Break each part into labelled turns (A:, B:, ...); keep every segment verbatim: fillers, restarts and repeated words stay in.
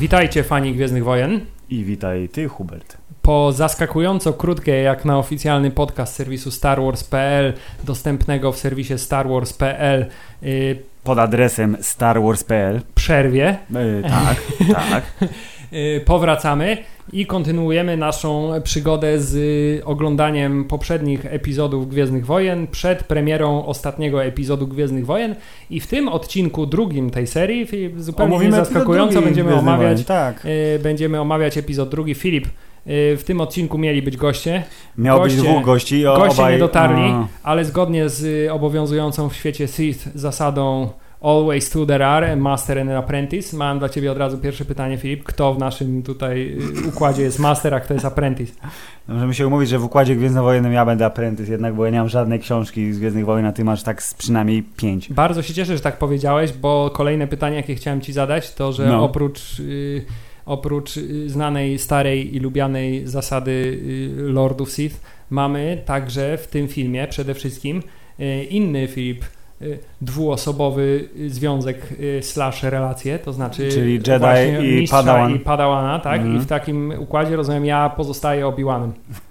A: Witajcie fani Gwiezdnych Wojen.
B: I witaj ty, Hubert.
A: Po zaskakująco krótkiej, jak na oficjalny podcast serwisu Star Wars kropka p l, dostępnego w serwisie Star Wars kropka p l yy,
B: pod adresem Star Wars kropka p l
A: przerwie.
B: Yy, tak, tak.
A: Yy, powracamy i kontynuujemy naszą przygodę z oglądaniem poprzednich epizodów Gwiezdnych Wojen przed premierą ostatniego epizodu Gwiezdnych Wojen i w tym odcinku drugim tej serii zupełnie
B: Omówimy
A: zaskakująco
B: drugi
A: będziemy
B: Gwiezdnych
A: omawiać
B: Wojen, tak.
A: yy, będziemy omawiać epizod drugi. Filip, w tym odcinku mieli być goście.
B: Miało
A: goście,
B: być dwóch gości. O,
A: goście
B: obaj,
A: nie dotarli,
B: a...
A: ale zgodnie z obowiązującą w świecie Sith zasadą always two there are, master and apprentice. Mam dla ciebie od razu pierwsze pytanie, Filip. Kto w naszym tutaj układzie jest master, a kto jest apprentice?
B: Możemy się umówić, że w układzie Gwiezdnowojennym ja będę apprentice, jednak bo ja nie mam żadnej książki z Gwiezdnych Wojen, a ty masz tak z przynajmniej pięć.
A: Bardzo się cieszę, że tak powiedziałeś, bo kolejne pytanie, jakie chciałem ci zadać, to że no. oprócz... Yy, Oprócz znanej, starej i lubianej zasady Lordów Sith mamy także w tym filmie przede wszystkim inny, Filip, dwuosobowy związek slash relacje, to znaczy
B: czyli Jedi i Padawan.
A: i Padawana, tak?
B: Mhm.
A: I w takim układzie, rozumiem, ja pozostaję Obi-Wanem.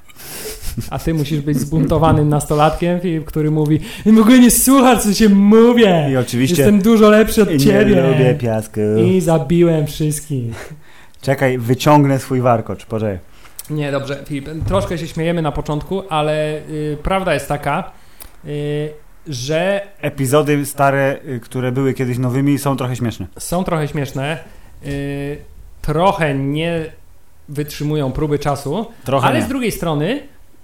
A: A ty musisz być zbuntowanym nastolatkiem, Filip, który mówi: w ogóle nie słuchaj, co się mówię.
B: I oczywiście
A: jestem dużo lepszy od
B: nie
A: ciebie.
B: Nie lubię piasku.
A: I zabiłem wszystkich.
B: Czekaj, wyciągnę swój warkocz, poczekaj.
A: Nie, dobrze, Filip, troszkę się śmiejemy na początku, ale y, prawda jest taka, y, że...
B: Epizody stare, y, które były kiedyś nowymi, są trochę śmieszne.
A: Są trochę śmieszne, y, trochę nie wytrzymują próby czasu,
B: trochę
A: ale
B: nie.
A: z drugiej strony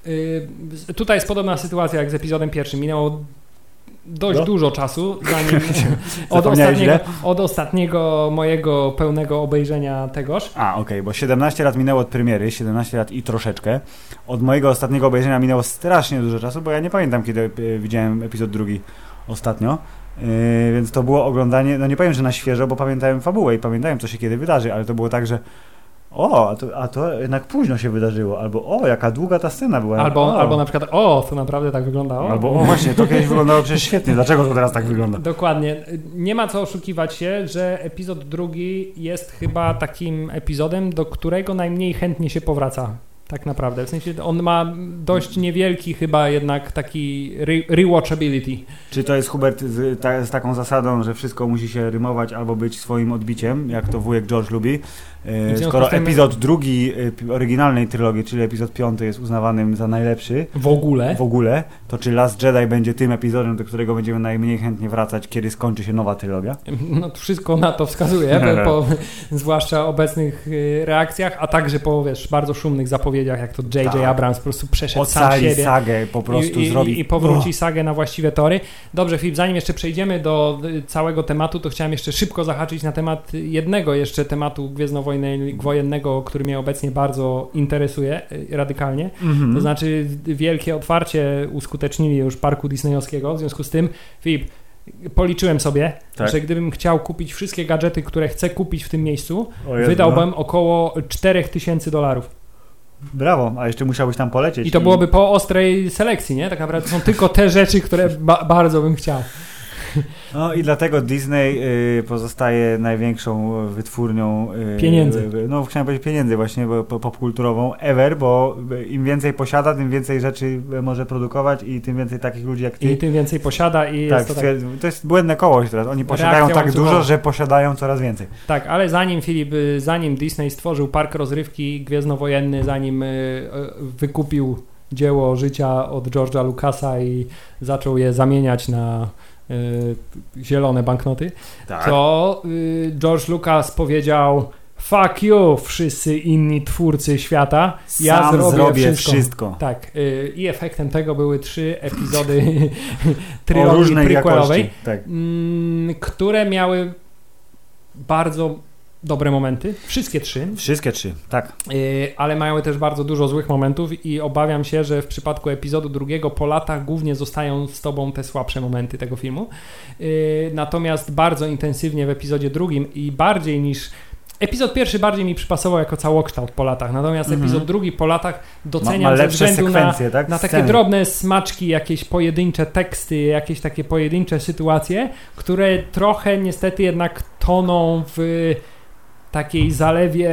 A: y, tutaj jest podobna sytuacja jak z epizodem pierwszym. Minęło dość no. dużo czasu, zanim od, ostatniego, od ostatniego mojego pełnego obejrzenia tegoż.
B: A, okej, okay, bo siedemnaście lat minęło od premiery, siedemnaście lat i troszeczkę. Od mojego ostatniego obejrzenia minęło strasznie dużo czasu, bo ja nie pamiętam, kiedy y, widziałem epizod drugi ostatnio. Yy, więc to było oglądanie, no nie powiem, że na świeżo, bo pamiętałem fabułę i pamiętałem, co się kiedy wydarzy, ale to było tak, że o, a to, a to jednak późno się wydarzyło, albo o, jaka długa ta scena była.
A: Albo, albo na przykład, o, to naprawdę tak wyglądało.
B: Albo o, właśnie, to kiedyś wyglądało przecież świetnie, dlaczego to teraz tak wygląda?
A: Dokładnie. Nie ma co oszukiwać się, że epizod drugi jest chyba takim epizodem, do którego najmniej chętnie się powraca. Tak naprawdę. W sensie on ma dość niewielki chyba jednak taki re- rewatchability.
B: Czy to jest, Hubert, z, ta, z taką zasadą, że wszystko musi się rymować albo być swoim odbiciem, jak to wujek George lubi? E, skoro tym... epizod drugi e, oryginalnej trylogii, czyli epizod piąty jest uznawanym za najlepszy
A: w ogóle,
B: w ogóle, to czy Last Jedi będzie tym epizodem, do którego będziemy najmniej chętnie wracać, kiedy skończy się nowa trylogia?
A: No to wszystko na to wskazuje, po, zwłaszcza obecnych reakcjach, a także po, wiesz, bardzo szumnych zapowiedziach, jak to J J. Tak. Abrams po prostu przeszedł Ocali sam siebie.
B: sagę po prostu
A: i,
B: zrobi.
A: I, i powróci oh. sagę na właściwe tory. Dobrze, Filip, zanim jeszcze przejdziemy do całego tematu, to chciałem jeszcze szybko zahaczyć na temat jednego jeszcze tematu gwiezdnowojennego, który mnie obecnie bardzo interesuje radykalnie. Mm-hmm. To znaczy wielkie otwarcie uskutecznili już parku disneyowskiego. W związku z tym, Filip, policzyłem sobie, tak. że gdybym chciał kupić wszystkie gadżety, które chcę kupić w tym miejscu, Jezu, wydałbym no. około cztery tysiące dolarów.
B: Brawo, a jeszcze musiałbyś tam polecieć.
A: I to i... byłoby po ostrej selekcji, nie? Tak naprawdę to są tylko te rzeczy, które ba- bardzo bym chciał.
B: No i dlatego Disney y, pozostaje największą wytwórnią y,
A: pieniędzy.
B: Y, no chciałem powiedzieć pieniędzy właśnie bo, popkulturową ever, bo im więcej posiada, tym więcej rzeczy może produkować i tym więcej takich ludzi jak ty.
A: I tym więcej posiada i
B: tak,
A: jest to tak...
B: To jest błędne koło teraz. Oni posiadają tak dużo, że posiadają coraz więcej.
A: Tak, ale zanim Filip, zanim Disney stworzył park rozrywki gwiezdnowojenny, zanim y, wykupił dzieło życia od George'a Lucasa i zaczął je zamieniać na y, zielone banknoty, tak. to y, George Lucas powiedział: fuck you, wszyscy inni twórcy świata, ja
B: Sam
A: zrobię,
B: zrobię
A: wszystko.
B: wszystko.
A: Tak, y, i efektem tego były trzy epizody trylogii prequelowej, tak. m, które miały bardzo dobre momenty, wszystkie trzy.
B: Wszystkie trzy, tak.
A: Yy, ale mają też bardzo dużo złych momentów i obawiam się, że w przypadku epizodu drugiego po latach głównie zostają z tobą te słabsze momenty tego filmu. Yy, natomiast bardzo intensywnie w epizodzie drugim i bardziej niż... Epizod pierwszy bardziej mi przypasował jako całokształt po latach, natomiast mm-hmm. epizod drugi po latach doceniam ma, ma ze względu na, tak? na takie Sceny. drobne smaczki, jakieś pojedyncze teksty, jakieś takie pojedyncze sytuacje, które trochę niestety jednak toną w takiej zalewie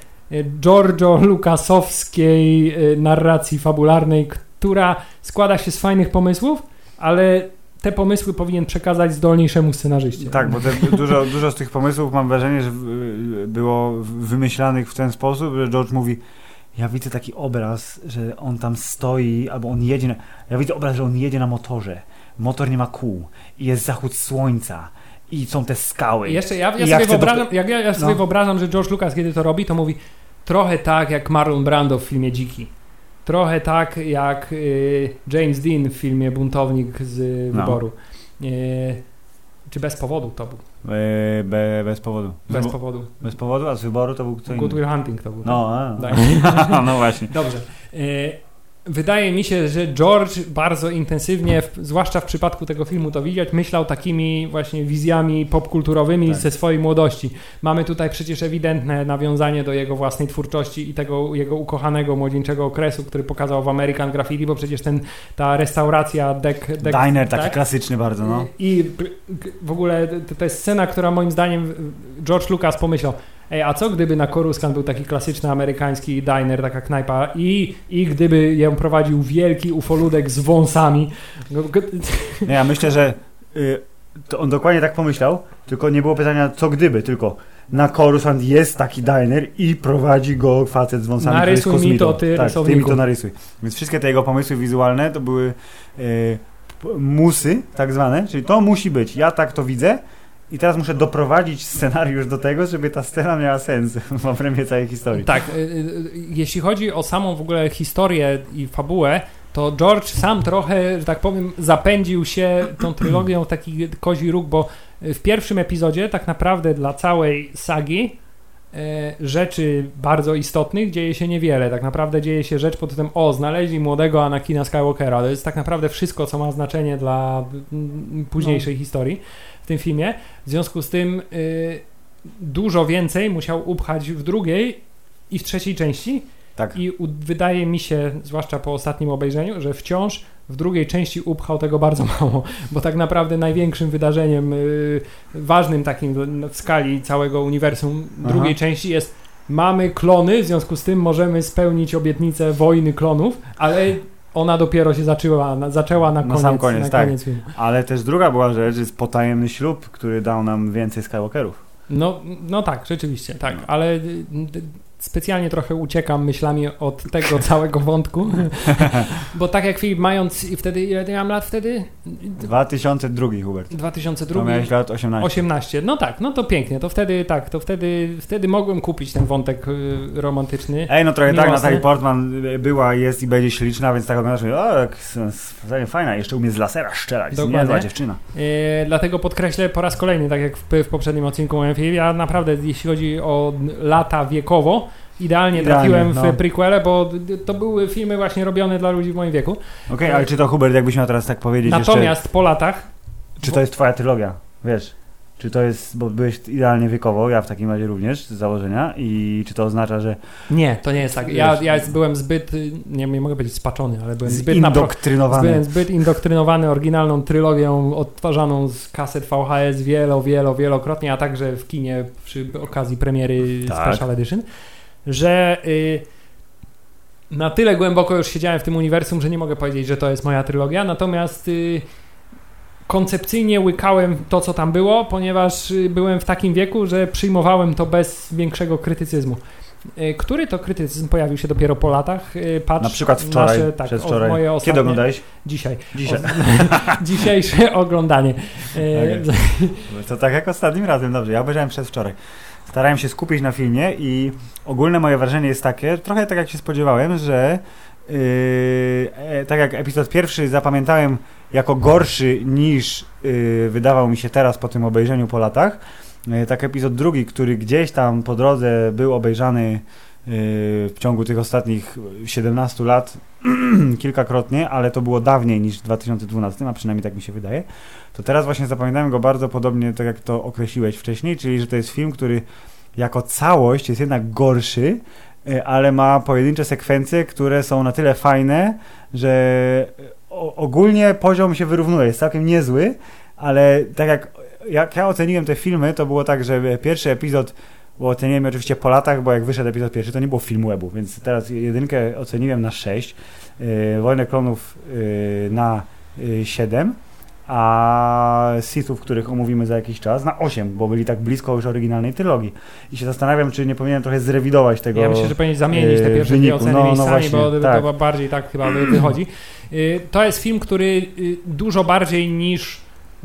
A: Giorgio Lucasowskiej narracji fabularnej, która składa się z fajnych pomysłów, ale te pomysły powinien przekazać zdolniejszemu scenarzyście.
B: Tak, bo te, dużo, dużo z tych pomysłów mam wrażenie, że było wymyślanych w ten sposób, że George mówi, ja widzę taki obraz, że on tam stoi, albo on jedzie, na, ja widzę obraz, że on jedzie na motorze, motor nie ma kół i jest zachód słońca i są te skały.
A: I jeszcze ja, ja,
B: I
A: sobie,
B: ja,
A: wyobrażam,
B: do...
A: jak ja, ja sobie no. wyobrażam, że George Lucas, kiedy to robi, to mówi trochę tak jak Marlon Brando w filmie Dziki. Trochę tak jak y, James Dean w filmie Buntownik z y,
B: no.
A: Wyboru. Y, czy Bez powodu to był?
B: Be, be, bez powodu.
A: Bez
B: Wy...
A: powodu.
B: Bez powodu, a z Wyboru to był kto inny.
A: Good Will Hunting to był.
B: No, a. no właśnie.
A: Dobrze. Y, Wydaje mi się, że George bardzo intensywnie, w, zwłaszcza w przypadku tego filmu to widać, myślał takimi właśnie wizjami popkulturowymi tak. ze swojej młodości. Mamy tutaj przecież ewidentne nawiązanie do jego własnej twórczości i tego jego ukochanego młodzieńczego okresu, który pokazał w American Graffiti, bo przecież ten, ta restauracja Deck... deck
B: Diner, taki
A: tak?
B: klasyczny bardzo, no.
A: I w ogóle to, to jest scena, która moim zdaniem George Lucas pomyślał, ej, a co gdyby na Coruscant był taki klasyczny amerykański diner, taka knajpa i, i gdyby ją prowadził wielki ufoludek z wąsami?
B: Nie, ja myślę, że y, to on dokładnie tak pomyślał, tylko nie było pytania co gdyby, tylko na Coruscant jest taki diner i prowadzi go facet z wąsami.
A: Narysuj mi to, ty
B: tak,
A: rysowniku.
B: Ty mi to narysuj. Więc wszystkie te jego pomysły wizualne to były y, musy tak zwane, czyli to musi być, ja tak to widzę. I teraz muszę doprowadzić scenariusz do tego, żeby ta scena miała sens w obrębie całej historii.
A: Tak, y, y, jeśli chodzi o samą w ogóle historię i fabułę, to George sam trochę, że tak powiem, zapędził się tą trylogią w taki kozi róg, bo w pierwszym epizodzie tak naprawdę dla całej sagi y, rzeczy bardzo istotnych dzieje się niewiele. Tak naprawdę dzieje się rzecz pod tytułem o, znaleźli młodego Anakina Skywalkera. To jest tak naprawdę wszystko, co ma znaczenie dla y, późniejszej no. historii w tym filmie. W związku z tym y, dużo więcej musiał upchać w drugiej i w trzeciej części.
B: Tak.
A: I u, wydaje mi się, zwłaszcza po ostatnim obejrzeniu, że wciąż w drugiej części upchał tego bardzo mało, bo tak naprawdę największym wydarzeniem y, ważnym takim w skali całego uniwersum Aha. drugiej części jest mamy klony, w związku z tym możemy spełnić obietnicę wojny klonów, ale ona dopiero się zaczęła na, zaczęła na, na koniec,
B: sam koniec,
A: na
B: tak.
A: koniec filmu.
B: Ale też druga była rzecz, jest potajemny ślub, który dał nam więcej Skywalkerów.
A: No, no tak, rzeczywiście, tak, no. ale y, y, specjalnie trochę uciekam myślami od tego całego wątku, bo tak jak Filip, mając i wtedy, ile ja mam lat wtedy?
B: dwa tysiące drugi, Hubert.
A: dwa tysiące drugi.
B: To miałeś lat osiemnaście.
A: osiemnaście. No tak, no to pięknie, to wtedy tak, to wtedy, wtedy mogłem kupić ten wątek y, romantyczny.
B: Ej, no trochę
A: miłosny.
B: tak, Natalie Portman była, jest i będzie śliczna, więc tak oglądasz, o, jak fajna, jeszcze umie z lasera strzelać, niezła dziewczyna.
A: Y, dlatego podkreślę po raz kolejny, tak jak w, w poprzednim odcinku mówiłem, Filip, ja naprawdę, jeśli chodzi o lata wiekowo, Idealnie, Idealnie trafiłem no. w prequele, bo to były filmy właśnie robione dla ludzi w moim wieku.
B: Okej, okay, ale czy to, Hubert, jakbyś miał teraz tak powiedzieć
A: Natomiast
B: jeszcze,
A: po latach...
B: Czy to jest twoja trylogia? Wiesz, czy to jest, bo byłeś idealnie wiekowo, ja w takim razie również z założenia i czy to oznacza, że...
A: Nie, to nie jest tak. Ja, ja byłem zbyt, nie, nie mogę powiedzieć spaczony, ale byłem zbyt...
B: Indoktrynowany.
A: Byłem zbyt indoktrynowany oryginalną trylogią odtwarzaną z kaset V H S wielo, wielo, wielokrotnie, a także w kinie przy okazji premiery tak. Special Edition. Że y, na tyle głęboko już siedziałem w tym uniwersum, że nie mogę powiedzieć, że to jest moja trylogia, natomiast y, koncepcyjnie łykałem to, co tam było, ponieważ y, byłem w takim wieku, że przyjmowałem to bez większego krytycyzmu. Y, który to krytycyzm pojawił się dopiero po latach? Y, patrz,
B: na przykład wczoraj,
A: nasze, tak,
B: przedwczoraj.
A: Moje ostatnie,
B: Kiedy oglądałeś?
A: Dzisiaj.
B: Dzisiaj.
A: O, dzisiejsze oglądanie. Y,
B: okay. To tak jak ostatnim razem, dobrze, ja obejrzałem przedwczoraj. Starałem się skupić na filmie i ogólne moje wrażenie jest takie, trochę tak jak się spodziewałem, że yy, e, tak jak epizod pierwszy zapamiętałem jako gorszy niż yy, wydawał mi się teraz po tym obejrzeniu po latach, yy, tak epizod drugi, który gdzieś tam po drodze był obejrzany yy, w ciągu tych ostatnich siedemnastu lat kilkakrotnie, ale to było dawniej niż w dwa tysiące dwunastym, a przynajmniej tak mi się wydaje, to teraz właśnie zapamiętałem go bardzo podobnie, tak jak to określiłeś wcześniej, czyli że to jest film, który jako całość jest jednak gorszy, ale ma pojedyncze sekwencje, które są na tyle fajne, że ogólnie poziom się wyrównuje, jest całkiem niezły, ale tak jak, jak ja oceniłem te filmy, to było tak, że pierwszy epizod bo oceniłem oczywiście po latach, bo jak wyszedł epizod pierwszy, to nie było film webu, więc teraz jedynkę oceniłem na sześć, yy, Wojnę Klonów yy, na yy, siedem, a Sithów, których omówimy za jakiś czas, na osiem, bo byli tak blisko już oryginalnej trylogii. I się zastanawiam, czy nie powinienem trochę zrewidować tego.
A: Ja myślę, że powinien zamienić te pierwsze dwie oceny no, miejscami, no właśnie, bo tak. to bardziej tak chyba wychodzi. To jest film, który dużo bardziej niż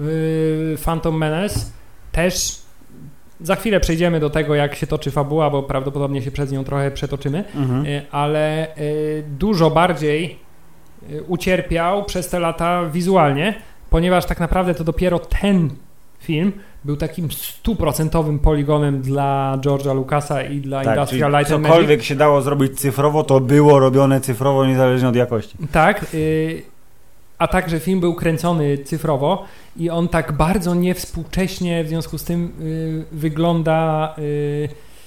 A: Phantom Menace też za chwilę przejdziemy do tego, jak się toczy fabuła, bo prawdopodobnie się przez nią trochę przetoczymy, mhm. ale dużo bardziej ucierpiał przez te lata wizualnie, ponieważ tak naprawdę to dopiero ten film był takim stuprocentowym poligonem dla George'a Lucasa i dla tak, Industrial Light and Magic.
B: Cokolwiek się dało zrobić cyfrowo, to było robione cyfrowo, niezależnie od jakości.
A: Tak, yy, a także film był kręcony cyfrowo i on tak bardzo niewspółcześnie w związku z tym yy, wygląda... Yy,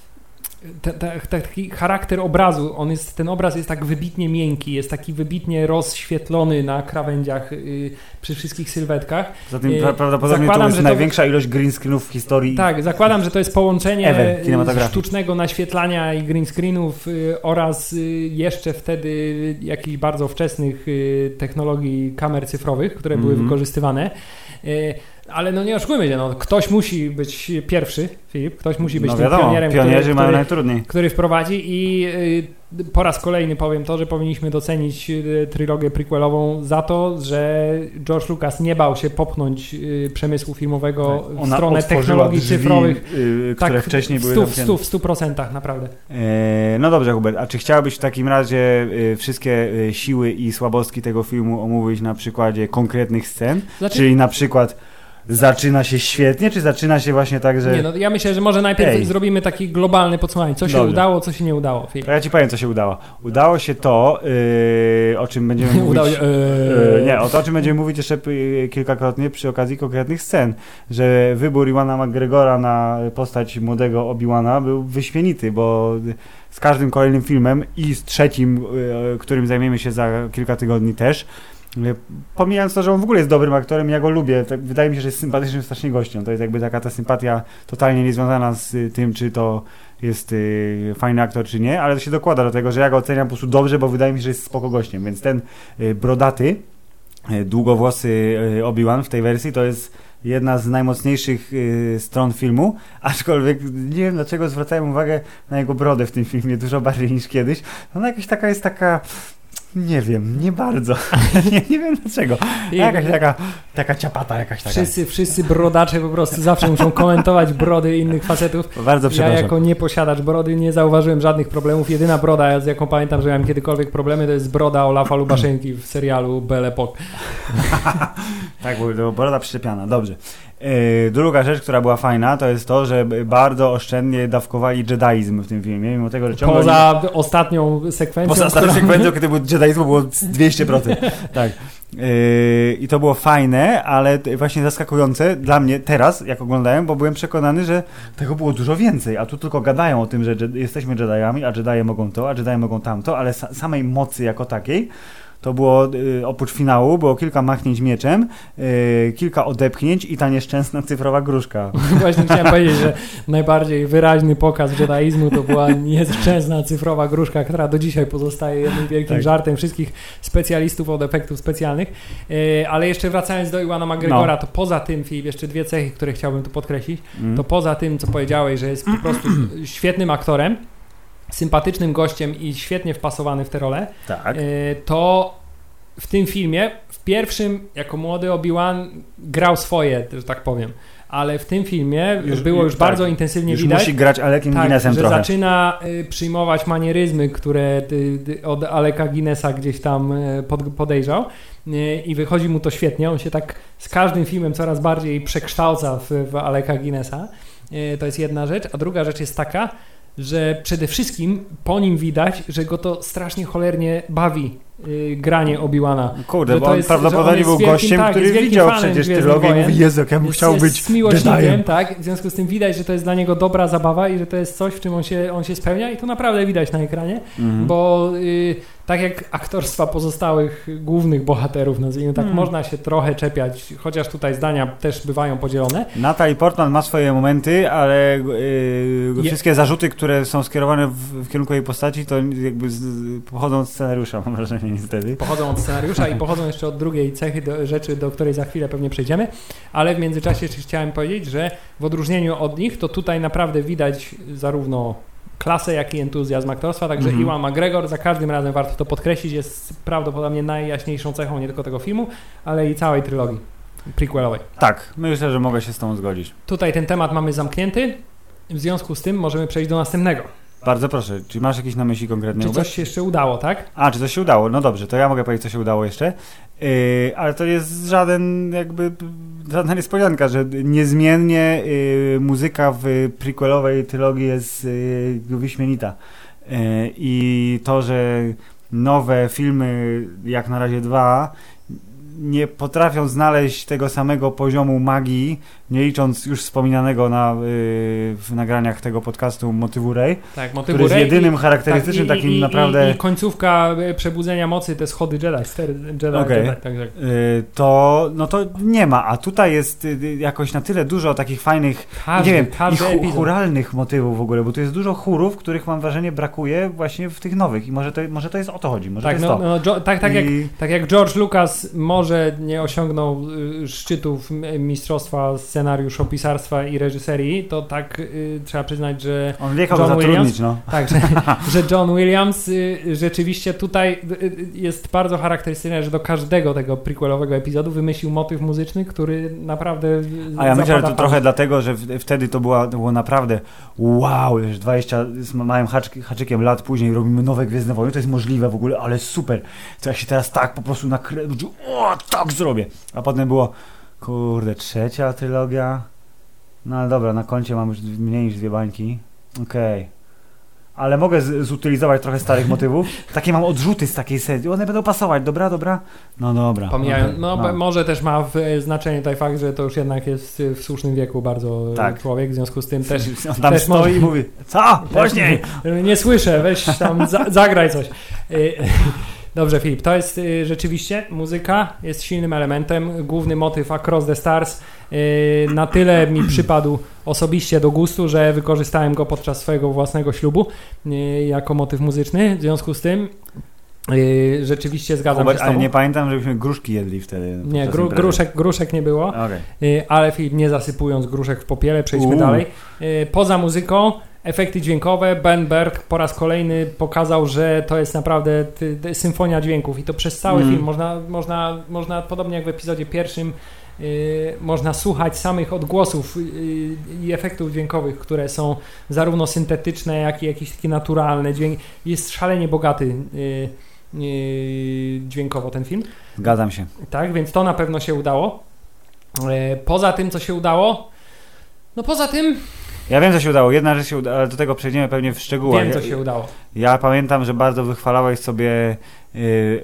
A: Ta, ta, taki charakter obrazu, on jest, ten obraz jest tak wybitnie miękki, jest taki wybitnie rozświetlony na krawędziach y, przy wszystkich sylwetkach.
B: Zatem y, prawdopodobnie zakładam, to jest największa to, ilość green screenów w historii.
A: Tak, zakładam, że to jest połączenie sztucznego naświetlania i green screenów y, oraz y, jeszcze wtedy jakichś bardzo wczesnych y, technologii kamer cyfrowych, które mm-hmm. były wykorzystywane. Y, Ale no nie oszukujmy się, no, ktoś musi być pierwszy, Filip, ktoś musi być
B: no
A: tym
B: wiadomo,
A: pionierem,
B: pionierzy
A: który,
B: mają
A: który,
B: najtrudniej.
A: który wprowadzi i y, po raz kolejny powiem to, że powinniśmy docenić y, trylogię prequelową za to, że George Lucas nie bał się popchnąć y, przemysłu filmowego tak, w stronę technologii drzwi, cyfrowych,
B: y, które tak, wcześniej były
A: stu, w stu, w stu procentach naprawdę.
B: E, no dobrze, Hubert, a czy chciałbyś w takim razie y, wszystkie y, siły i słabostki tego filmu omówić na przykładzie konkretnych scen, znaczy... czyli na przykład zaczyna się świetnie, czy zaczyna się właśnie tak, że...
A: Nie, no ja myślę, że może najpierw Ej. zrobimy taki globalny podsumowanie. Co się Dobrze. udało, co się nie udało.
B: To ja ci powiem, co się udało. Udało się to, yy, o czym będziemy mówić... Udało się, yy... Yy, nie, o to, o czym będziemy mówić jeszcze kilkakrotnie przy okazji konkretnych scen, że wybór Ewana McGregora na postać młodego Obi-Wana był wyśmienity, bo z każdym kolejnym filmem i z trzecim, yy, którym zajmiemy się za kilka tygodni też, pomijając to, że on w ogóle jest dobrym aktorem, ja go lubię, tak, wydaje mi się, że jest sympatycznym strasznie gościem, to jest jakby taka ta sympatia totalnie niezwiązana z tym, czy to jest y, fajny aktor, czy nie, ale to się dokłada do tego, że ja go oceniam po prostu dobrze, bo wydaje mi się, że jest spoko gościem, więc ten y, brodaty, y, długowłosy y, Obi-Wan w tej wersji to jest jedna z najmocniejszych y, stron filmu, aczkolwiek nie wiem, dlaczego zwracałem uwagę na jego brodę w tym filmie dużo bardziej niż kiedyś, ona jakaś taka jest taka... Nie wiem, nie bardzo. nie, nie wiem dlaczego. Jakaś taka, taka ciapata jakaś taka.
A: Wszyscy, wszyscy brodacze po prostu zawsze muszą komentować brody innych facetów.
B: Bardzo przepraszam.
A: Ja jako nieposiadacz brody nie zauważyłem żadnych problemów. Jedyna broda, z jaką pamiętam, że miałem kiedykolwiek problemy, to jest broda Olafa Lubaszenki w serialu Belle Époque.
B: Tak, bo broda przyczepiana. Dobrze. Yy, druga rzecz, która była fajna, to jest to, że bardzo oszczędnie dawkowali jedaizm w tym filmie, mimo tego, że ciągle...
A: Poza nie... ostatnią sekwencją.
B: Poza ostatnią która... sekwencją, kiedy był jedaizmu było dwieście procent. Tak. Yy, I to było fajne, ale właśnie zaskakujące dla mnie teraz, jak oglądałem, bo byłem przekonany, że tego było dużo więcej, a tu tylko gadają o tym, że jesteśmy Jediami, a Jedije mogą to, a Jedije mogą tamto, ale sa- samej mocy jako takiej to było, y, oprócz finału, było kilka machnięć mieczem, y, kilka odepchnięć i ta nieszczęsna cyfrowa gruszka.
A: Właśnie chciałem powiedzieć, że najbardziej wyraźny pokaz jedaizmu to była nieszczęsna cyfrowa gruszka, która do dzisiaj pozostaje jednym wielkim tak. żartem wszystkich specjalistów od efektów specjalnych. Y, ale jeszcze wracając do Ewana McGregora, no. to poza tym, Filip, jeszcze dwie cechy, które chciałbym tu podkreślić, mm. to poza tym, co powiedziałeś, że jest po prostu świetnym aktorem, sympatycznym gościem i świetnie wpasowany w tę rolę,
B: tak.
A: to w tym filmie, w pierwszym, jako młody Obi-Wan grał swoje, że tak powiem, ale w tym filmie już, było już tak, bardzo intensywnie
B: już
A: widać,
B: musi grać Alekiem
A: tak,
B: Guinnessem
A: że
B: trochę.
A: zaczyna y, przyjmować manieryzmy, które y, y, od Aleka Guinnessa gdzieś tam y, pod, podejrzał y, i wychodzi mu to świetnie. On się tak z każdym filmem coraz bardziej przekształca w, w Aleka Guinnessa. Y, to jest jedna rzecz, a druga rzecz jest taka, że przede wszystkim po nim widać, że go to strasznie cholernie bawi y, granie Obi-Wana.
B: Kurde, bo on jest, prawdopodobnie on był wielkim, gościem, tak, który widział przecież trylogię i mówi, Jezu, jak ja bym chciał jest, być
A: jest miłośnikiem, tak? W związku z tym widać, że to jest dla niego dobra zabawa i że to jest coś, w czym on się, on się spełnia i to naprawdę widać na ekranie, mhm. bo y, tak jak aktorstwa pozostałych głównych bohaterów, nazwijmy tak, hmm. można się trochę czepiać, chociaż tutaj zdania też bywają podzielone.
B: Natalie Portman ma swoje momenty, ale yy, Je... wszystkie zarzuty, które są skierowane w, w kierunku jej postaci, to jakby z, pochodzą od scenariusza, mam wrażenie niestety.
A: Pochodzą od scenariusza i pochodzą jeszcze od drugiej cechy, do, rzeczy, do której za chwilę pewnie przejdziemy, ale w międzyczasie jeszcze chciałem powiedzieć, że w odróżnieniu od nich, to tutaj naprawdę widać zarówno klasę, jak i entuzjazm aktorstwa, także mm-hmm. Ewan McGregor, za każdym razem warto to podkreślić, jest prawdopodobnie najjaśniejszą cechą nie tylko tego filmu, ale i całej trylogii prequelowej.
B: Tak, myślę, że mogę się z tą zgodzić.
A: Tutaj ten temat mamy zamknięty, w związku z tym możemy przejść do następnego.
B: Bardzo proszę, czy masz jakieś na myśli konkretne?
A: Czy coś się jeszcze udało, tak?
B: A, czy coś się udało? No dobrze, to ja mogę powiedzieć, co się udało jeszcze, yy, ale to jest żaden jakby żadna niespodzianka, że niezmiennie yy, muzyka w prequelowej trylogii jest yy, wyśmienita. Yy, I to, że nowe filmy, jak na razie dwa, nie potrafią znaleźć tego samego poziomu magii, nie licząc już wspominanego na, yy, w nagraniach tego podcastu motywu Rey,
A: tak,
B: który jest jedynym i, charakterystycznym tak, i, takim
A: i,
B: naprawdę...
A: I, I końcówka Przebudzenia Mocy, te schody Jedi, stery Jedi,
B: okay.
A: Jedi tak, tak. Yy,
B: to, no to nie ma, a tutaj jest yy, jakoś na tyle dużo takich fajnych, każdy, nie wiem, i ch- churalnych motywów w ogóle, bo tu jest dużo chórów, których mam wrażenie brakuje właśnie w tych nowych i może to, może to jest o to chodzi, może
A: tak,
B: to jest
A: no,
B: to.
A: No, tak, tak, I... jak, tak jak George Lucas może nie osiągnął y, szczytów mistrzostwa scenariuszopisarstwa i reżyserii, to tak y, trzeba przyznać, że
B: on wjechał
A: John
B: Williams, no.
A: tak, że, że John Williams y, rzeczywiście tutaj y, jest bardzo charakterystyczne, że do każdego tego prequelowego epizodu wymyślił motyw muzyczny, który naprawdę
B: a ja myślę, że to pan... trochę dlatego, że w, wtedy to, była, to było naprawdę wow, już dwadzieścia z małym haczyk, haczykiem lat później robimy nowe Gwiezdne Wojny, to jest możliwe w ogóle, ale super, to jak się teraz tak po prostu nakręci, o, tak zrobię, a potem było kurde, trzecia trylogia. No ale dobra, na koncie mam już mniej niż dwie bańki. Okej. Okay. Ale mogę z- zutylizować trochę starych motywów. Takie mam odrzuty z takiej serii. One będą pasować, dobra, dobra? No dobra.
A: Pomijają, okay. no, no może też ma w, znaczenie tutaj fakt, że to już jednak jest w słusznym wieku bardzo tak. człowiek, w związku z tym też...
B: On tam też stoi może... i mówi, co? Później!
A: Nie słyszę, weź tam za- zagraj coś. Dobrze, Filip, to jest y, rzeczywiście muzyka, jest silnym elementem, główny motyw Across the Stars y, na tyle mi przypadł osobiście do gustu, że wykorzystałem go podczas swojego własnego ślubu y, jako motyw muzyczny, w związku z tym y, rzeczywiście zgadzam
B: Hubert,
A: się z tobą.
B: Ale nie pamiętam, żebyśmy gruszki jedli wtedy.
A: Nie, gru, gruszek, gruszek nie było,
B: okay.
A: y, ale Filip, nie zasypując gruszek w popiele, przejdźmy Uuu. dalej. Y, poza muzyką efekty dźwiękowe, Ben Berg po raz kolejny pokazał, że to jest naprawdę ty, ty, symfonia dźwięków i to przez cały mm. film można, można, można, podobnie jak w epizodzie pierwszym, yy, można słuchać samych odgłosów yy, i efektów dźwiękowych, które są zarówno syntetyczne, jak i jakieś takie naturalne. Dźwięk jest szalenie bogaty yy, yy, dźwiękowo ten film.
B: Zgadzam się.
A: Tak, więc to na pewno się udało. Yy, poza tym, co się udało, no poza tym
B: ja wiem, co się udało. Jedna rzecz się udało, ale do tego przejdziemy pewnie w szczegółach.
A: Wiem, co się udało.
B: Ja, ja pamiętam, że bardzo wychwalałeś sobie yy,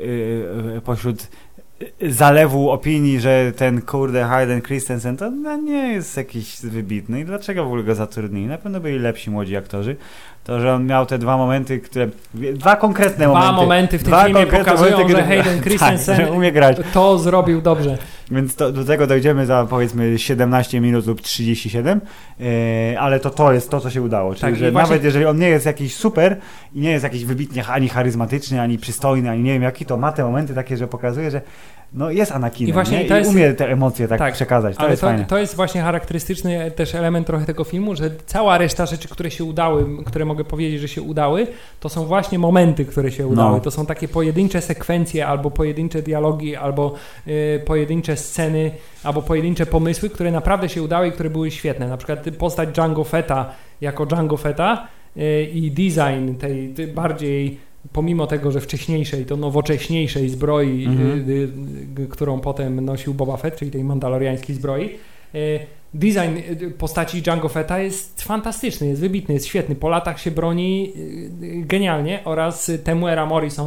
B: yy, pośród zalewu opinii, że ten kurde Hayden Christensen to no, nie jest jakiś wybitny i dlaczego w ogóle go zatrudnili? Na pewno byli lepsi młodzi aktorzy. To, że on miał te dwa momenty, które... Dwa konkretne
A: dwa
B: momenty.
A: Dwa momenty w tym filmie pokazują, momenty, że Hayden Christensen
B: tak, że umie grać.
A: To zrobił dobrze.
B: Więc to, do tego dojdziemy za powiedzmy siedemnaście minut lub trzydzieści siedem, yy, ale to to jest to, co się udało. Czyli, tak, że właśnie... nawet jeżeli on nie jest jakiś super i nie jest jakiś wybitnie ani charyzmatyczny, ani przystojny, ani nie wiem jaki, to ma te momenty takie, że pokazuje, że no jest Anakinem, i, właśnie nie? I jest... umie te emocje tak, tak przekazać. To
A: ale
B: jest
A: to,
B: fajne.
A: To jest właśnie charakterystyczny też element trochę tego filmu, że cała reszta rzeczy, które się udały, które mogę powiedzieć, że się udały, to są właśnie momenty, które się udały. No. To są takie pojedyncze sekwencje, albo pojedyncze dialogi, albo y, pojedyncze sceny, albo pojedyncze pomysły, które naprawdę się udały i które były świetne. Na przykład postać Jango Fetta jako Jango Fetta y, i design tej, tej bardziej, pomimo tego, że wcześniejszej, to nowocześniejszej zbroi, mm-hmm. y, y, y, którą potem nosił Boba Fett, czyli tej mandaloriańskiej zbroi, y, design postaci Jango Fetta jest fantastyczny, jest wybitny, jest świetny. Po latach się broni y, y, genialnie oraz Temuera Morrison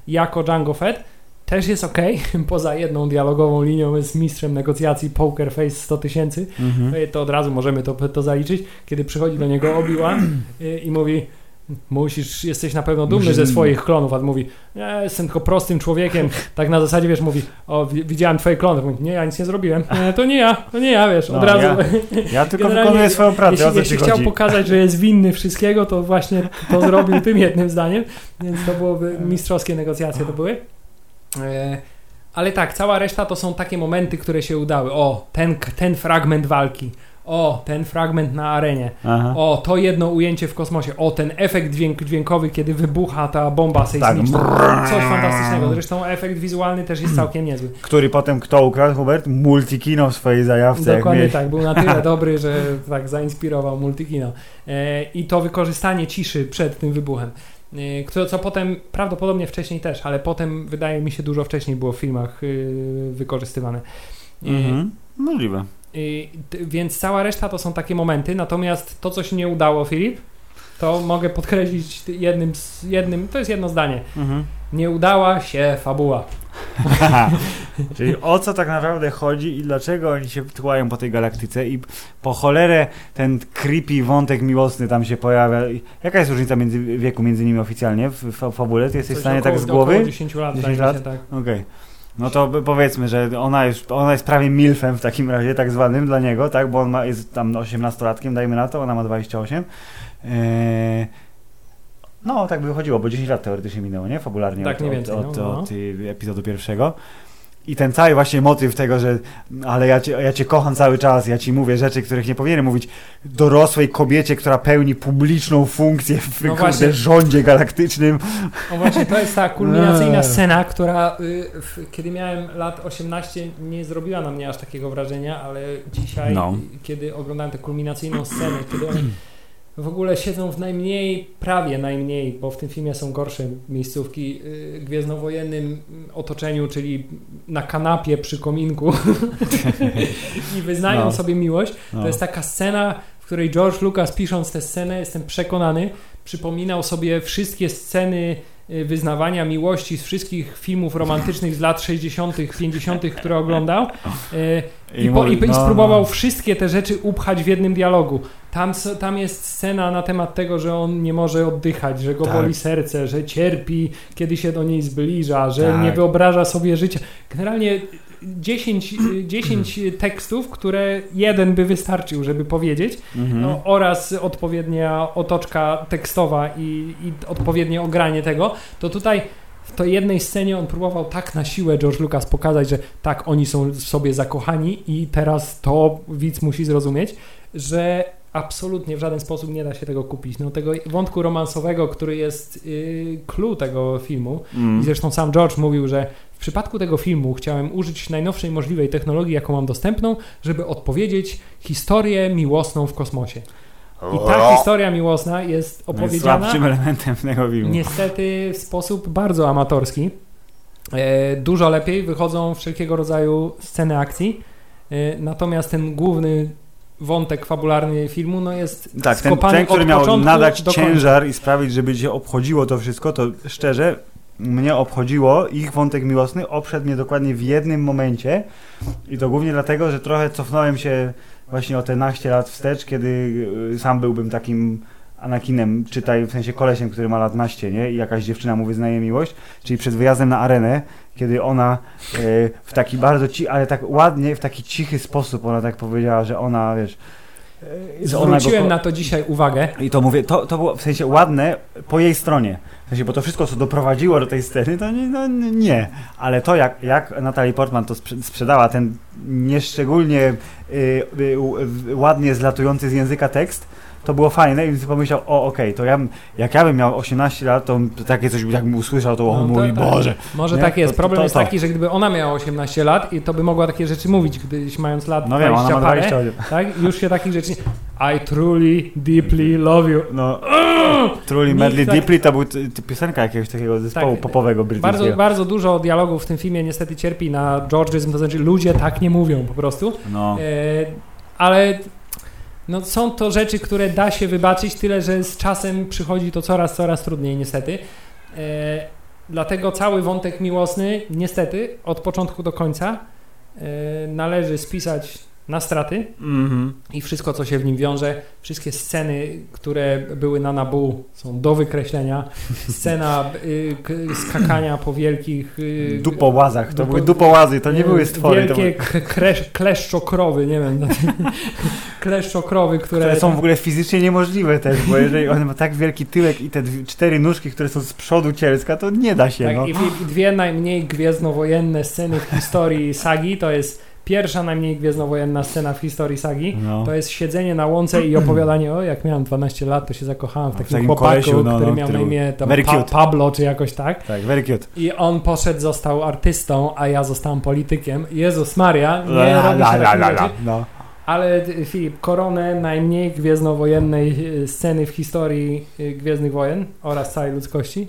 A: jako Jango Fett też jest okej, okay. Poza jedną dialogową linią jest mistrzem negocjacji Poker Face sto tysięcy, mhm. to od razu możemy to, to zaliczyć, kiedy przychodzi do niego Obi-Wan i, i mówi musisz, jesteś na pewno dumny ze swoich klonów, a on mówi, ja jestem tylko prostym człowiekiem, tak na zasadzie, wiesz, mówi, o, widziałem twoje klony, mówi, nie, ja nic nie zrobiłem, nie, to nie ja, to nie ja, wiesz, od no, razu.
B: Ja, ja tylko wykonuję swoją pracę,
A: jeśli,
B: o co
A: jeśli
B: ci
A: chciał
B: chodzi.
A: pokazać, że jest winny wszystkiego, to właśnie to zrobił tym jednym zdaniem, więc to byłoby mistrzowskie negocjacje to były. E, ale tak, cała reszta to są takie momenty, które się udały. O, ten, ten fragment walki. O, ten fragment na arenie. Aha. O, to jedno ujęcie w kosmosie. O, ten efekt dźwięk, dźwiękowy, kiedy wybucha ta bomba sejsmiczna. Tak. Coś fantastycznego. Zresztą efekt wizualny też jest całkiem niezły.
B: Który potem kto ukradł, Hubert? Multikino w swojej zajawce.
A: Dokładnie tak. Był na tyle dobry, że tak zainspirował Multikino. E, I to wykorzystanie ciszy przed tym wybuchem. Które, co potem, prawdopodobnie wcześniej też, ale potem wydaje mi się dużo wcześniej było w filmach yy, wykorzystywane.
B: Mhm, możliwe.
A: Yy, t, więc cała reszta to są takie momenty, natomiast to, co się nie udało, Filip, to mogę podkreślić jednym, jednym to jest jedno zdanie. Mhm. Nie udała się fabuła.
B: Czyli o co tak naprawdę chodzi i dlaczego oni się tułają po tej galaktyce i po cholerę ten creepy wątek miłosny tam się pojawia. Jaka jest różnica między wieku między nimi oficjalnie w, w fabule? Ty jesteś Coś w stanie około, tak z głowy?
A: Około dziesięć lat.
B: dziesięć lat?
A: Tak.
B: Okej. Okay. No to powiedzmy, że ona jest, ona jest prawie milfem w takim razie, tak zwanym dla niego, tak? Bo on ma, jest tam osiemnastolatkiem, dajmy na to, ona ma dwadzieścia osiem. Eee, No, tak by wychodziło, bo dziesięć lat teoretycznie minęło, nie? Fabularnie
A: tak,
B: od,
A: nie
B: od,
A: więcej,
B: od,
A: no, no.
B: od, od epizodu pierwszego. I ten cały właśnie motyw tego, że ale ja cię, ja cię kocham cały czas, ja ci mówię rzeczy, których nie powinienem mówić dorosłej kobiecie, która pełni publiczną funkcję w no kurde, rządzie galaktycznym.
A: No właśnie, to jest ta kulminacyjna scena, która y, w, kiedy miałem lat osiemnaście nie zrobiła na mnie aż takiego wrażenia, ale dzisiaj, no. kiedy oglądałem tę kulminacyjną scenę, kiedy oni w ogóle siedzą w najmniej, prawie najmniej, bo w tym filmie są gorsze miejscówki, yy, gwiezdnowojennym otoczeniu, czyli na kanapie przy kominku i wyznają no. sobie miłość. No. To jest taka scena, w której George Lucas, pisząc tę scenę, jestem przekonany, przypominał sobie wszystkie sceny wyznawania miłości z wszystkich filmów romantycznych z lat sześćdziesiątych, pięćdziesiątych, które oglądał i, po, i, i spróbował no. wszystkie te rzeczy upchać w jednym dialogu. Tam, tam jest scena na temat tego, że on nie może oddychać, że go tak. boli serce, że cierpi, kiedy się do niej zbliża, że tak. nie wyobraża sobie życia. Generalnie dziesięć, dziesięć tekstów, które jeden by wystarczył, żeby powiedzieć, mhm. no, oraz odpowiednia otoczka tekstowa i, i odpowiednie ogranie tego, to tutaj w tej jednej scenie on próbował tak na siłę George Lucas pokazać, że tak, oni są w sobie zakochani i teraz to widz musi zrozumieć, że absolutnie w żaden sposób nie da się tego kupić. No, tego wątku romansowego, który jest yy, clue tego filmu mm. i zresztą sam George mówił, że w przypadku tego filmu chciałem użyć najnowszej możliwej technologii, jaką mam dostępną, żeby odpowiedzieć historię miłosną w kosmosie. I ta historia miłosna jest opowiedziana
B: słabszym elementem tego filmu.
A: Niestety w sposób bardzo amatorski. E, dużo lepiej wychodzą wszelkiego rodzaju sceny akcji, e, natomiast ten główny wątek fabularny filmu no jest
B: tak,
A: skopany
B: ten, ten, który
A: od
B: miał nadać
A: do
B: ciężar
A: końca.
B: I sprawić, żeby cię obchodziło to wszystko, to szczerze mnie obchodziło, ich wątek miłosny obszedł mnie dokładnie w jednym momencie i to głównie dlatego, że trochę cofnąłem się właśnie o te naście lat wstecz, kiedy sam byłbym takim Anakinem, czytaj w sensie kolesiem, który ma lat naście, nie? I jakaś dziewczyna mu wyznaje miłość, czyli przed wyjazdem na arenę, kiedy ona e, w taki bardzo ci, ale tak ładnie, w taki cichy sposób ona tak powiedziała, że ona, wiesz...
A: E, Zwróciłem go, na to dzisiaj uwagę.
B: I to mówię, to, to było w sensie ładne po jej stronie. W sensie, bo to wszystko, co doprowadziło do tej sceny, to nie, no, nie. Ale to, jak, jak Natalie Portman to sprzedała, ten nieszczególnie y, y, ładnie zlatujący z języka tekst, to było fajne i więc pomyślał, o okej, okay, to ja, jak ja bym miał osiemnaście lat, to, to takie coś, jakbym usłyszał, to o no, mój to, Boże.
A: Może
B: nie?
A: tak jest.
B: To,
A: Problem
B: to, to,
A: jest
B: to.
A: taki, że gdyby ona miała osiemnaście lat i to by mogła takie rzeczy mówić, gdyś mając lat
B: no wiem,
A: dwadzieścia
B: ona ma dwadzieścia osiem.
A: Tak? Już się takich rzeczy... I truly, deeply love you.
B: No, truly, madly, tak... deeply to był t- t- piosenka jakiegoś takiego zespołu tak, popowego brytyjskiego.
A: Bardzo, bardzo dużo dialogów w tym filmie niestety cierpi na georgeizm, to znaczy ludzie tak nie mówią po prostu. No. E, ale... No są to rzeczy, które da się wybaczyć, tyle że z czasem przychodzi to coraz, coraz trudniej niestety. E, dlatego cały wątek miłosny, niestety, od początku do końca yy, należy spisać na straty mm-hmm. i wszystko, co się w nim wiąże, wszystkie sceny, które były na Naboo, są do wykreślenia. Scena y, k, skakania po wielkich... Y,
B: dupołazach, to dupo, były dupołazy, to nie y, były stwory.
A: Wielkie to były... kresz, kleszczokrowy, nie wiem, kleszczokrowy, które...
B: które są w ogóle fizycznie niemożliwe też, bo jeżeli on ma tak wielki tyłek i te dwie, cztery nóżki, które są z przodu cielska, to nie da się.
A: Tak,
B: no.
A: i, i dwie najmniej gwiezdnowojenne sceny w historii sagi, to jest pierwsza najmniej gwiezdnowojenna scena w historii sagi, no. To jest siedzenie na łące i opowiadanie, o jak miałem dwanaście lat, to się zakochałem w takim, w takim chłopaku, kolesiu, no, który no, miał który na imię tam, pa- Pablo czy jakoś tak.
B: Tak, very cute.
A: I on poszedł, został artystą, a ja zostałem politykiem. Jezus Maria, nie
B: la,
A: robi się
B: la, la, la,
A: la,
B: la, no.
A: Ale Filip, koronę najmniej gwiezdnowojennej sceny w historii Gwiezdnych Wojen oraz całej ludzkości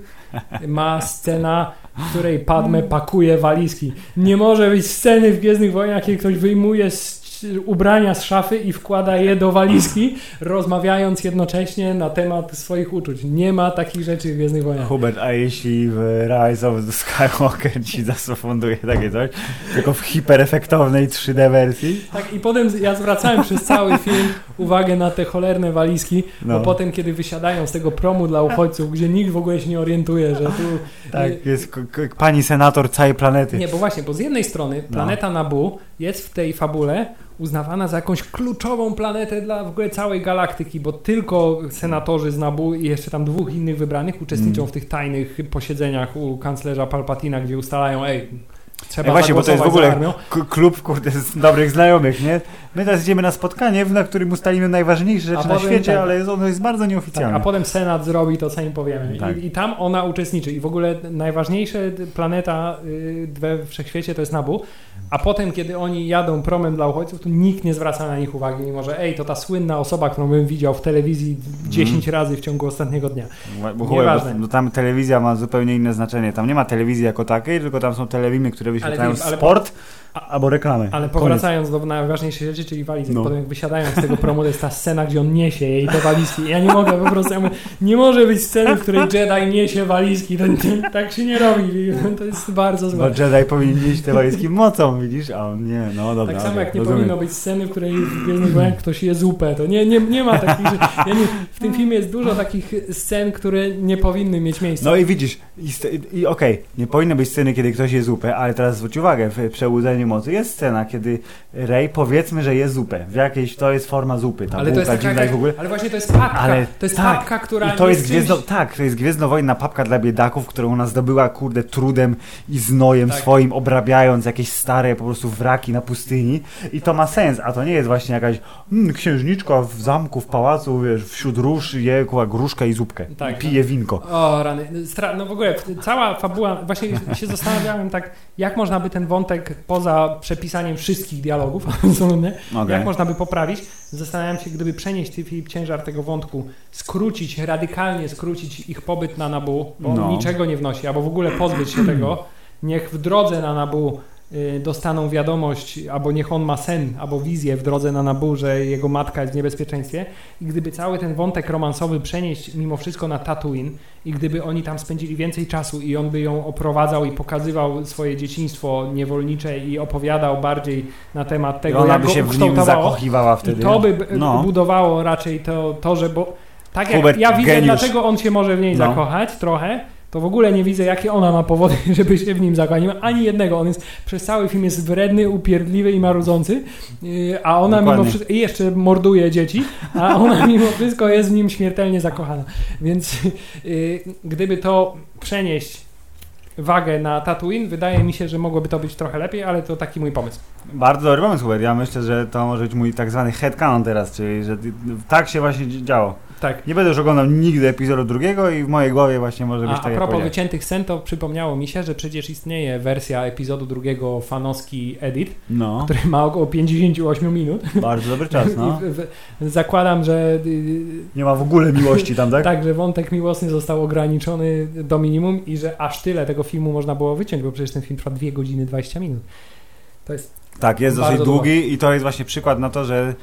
A: ma scena, w której Padme pakuje walizki. Nie może być sceny w Gwiezdnych Wojnach, kiedy ktoś wyjmuje z ubrania z szafy i wkłada je do walizki, rozmawiając jednocześnie na temat swoich uczuć. Nie ma takich rzeczy w Gwiezdnych Wojnach.
B: Hubert, a jeśli w Rise of the Skywalker ci zasofunduje takie coś, tylko w hiperefektownej trzy D wersji?
A: Tak, i potem ja zwracałem przez cały film uwagę na te cholerne walizki, no. Bo potem, kiedy wysiadają z tego promu dla uchodźców, gdzie nikt w ogóle się nie orientuje, że tu...
B: Tak, jest k- k- pani senator całej planety.
A: Nie, bo właśnie, bo z jednej strony planeta no. Naboo jest w tej fabule uznawana za jakąś kluczową planetę dla w ogóle całej galaktyki, bo tylko senatorzy z Naboo i jeszcze tam dwóch innych wybranych uczestniczą mm. w tych tajnych posiedzeniach u kanclerza Palpatina, gdzie ustalają, ej, trzeba
B: Ej, właśnie, bo to jest w ogóle k- klub kurde, z dobrych znajomych, nie? My teraz idziemy na spotkanie, na którym ustalimy najważniejsze rzeczy a na świecie, tak, ale jest, ono jest bardzo nieoficjalne.
A: Tak, a potem Senat zrobi to, co im powiemy. Tak. I, I tam ona uczestniczy. I w ogóle najważniejsza planeta y, we wszechświecie to jest Naboo. A potem, kiedy oni jadą promem dla uchodźców, to nikt nie zwraca na nich uwagi, mimo że ej, to ta słynna osoba, którą bym widział w telewizji dziesięć mm. razy w ciągu ostatniego dnia.
B: Bo, Nieważne. Bo tam telewizja ma zupełnie inne znaczenie. Tam nie ma telewizji jako takiej, tylko tam są telewizje, które wyświetlają ale, ale, sport a, albo reklamy.
A: Ale powracając Koniec. do najważniejszej rzeczy, czyli walizek, no. Potem jak wysiadają z tego promu, to jest ta scena, gdzie on niesie jej te walizki. Ja nie mogę po prostu, ja mówię, nie może być sceny, w której Jedi niesie walizki. To, to, tak się nie robi. To jest bardzo złe.
B: Bo Jedi powinien nieść te walizki mocą, widzisz? A on nie, no dobra.
A: Tak samo jak nie
B: rozumiem.
A: powinno być sceny, w której w Gwiezdnych Wojnach ktoś je zupę. To nie, nie, nie ma takich rzeczy. Ja nie, w tym filmie jest dużo takich scen, które nie powinny mieć miejsca.
B: No i widzisz, i, i okej, okay, nie powinny być sceny, kiedy ktoś je zupę, ale teraz zwróć uwagę, w Przebudzeniu Mocy jest scena, kiedy Rey, powiedzmy, że je zupę. W jakiejś, to jest forma zupy. Ta
A: ale to jest taka, w ogóle. Ale właśnie to jest papka. Ale, to jest tak, papka, która
B: i to jest gwiezdno, tak, to jest gwiezdnowojenna papka dla biedaków, którą ona zdobyła, kurde, trudem i znojem tak. swoim, obrabiając jakieś stare po prostu wraki na pustyni. I to ma sens, a to nie jest właśnie jakaś mm, księżniczka w zamku, w pałacu, wiesz, wśród róż je gruszkę i zupkę. Tak, i pije no. winko.
A: O, rany. Stra- no w ogóle cała fabuła, właśnie się zastanawiałem tak, jak można by ten wątek poza przepisaniem wszystkich dialogów, okay. jak można by poprawić. Zastanawiam się, gdyby przenieść Filip ciężar tego wątku, skrócić, radykalnie skrócić ich pobyt na Naboo, bo on no. niczego nie wnosi, albo w ogóle pozbyć się tego, niech w drodze na Naboo dostaną wiadomość, albo niech on ma sen, albo wizję w drodze na Naboo, że jego matka jest w niebezpieczeństwie i gdyby cały ten wątek romansowy przenieść mimo wszystko na Tatooine i gdyby oni tam spędzili więcej czasu i on by ją oprowadzał i pokazywał swoje dzieciństwo niewolnicze i opowiadał bardziej na temat tego,
B: ona
A: jak
B: by
A: go
B: się w nim zakochiwała wtedy.
A: I to by no. budowało raczej to, to że bo tak jak
B: Hubert,
A: ja widzę,
B: geniusz.
A: dlaczego on się może w niej no. zakochać trochę, to w ogóle nie widzę, jakie ona ma powody, żeby się w nim zakochać. Nie ma ani jednego. On jest przez cały film jest wredny, upierdliwy i marudzący, yy, a ona Dokładnie. mimo wszystko i jeszcze morduje dzieci, a ona mimo wszystko jest w nim śmiertelnie zakochana. Więc yy, gdyby to przenieść wagę na Tatooine, wydaje mi się, że mogłoby to być trochę lepiej, ale to taki mój pomysł.
B: Bardzo dobry pomysł, Hubert. Ja myślę, że to może być mój tak zwany headcanon teraz, czyli że tak się właśnie działo.
A: Tak.
B: Nie będę już oglądał nigdy epizodu drugiego i w mojej głowie właśnie może być
A: a,
B: tak
A: A propos wyciętych scen, to przypomniało mi się, że przecież istnieje wersja epizodu drugiego fanowski edit, no. który ma około pięćdziesiąt osiem minut.
B: Bardzo dobry czas, no.
A: w, w, zakładam, że...
B: Nie ma w ogóle miłości tam, tak?
A: Tak, że wątek miłosny został ograniczony do minimum i że aż tyle tego filmu można było wyciąć, bo przecież ten film trwa dwie godziny dwadzieścia minut. To jest
B: Tak, jest dosyć długi długo. I to jest właśnie przykład na to, że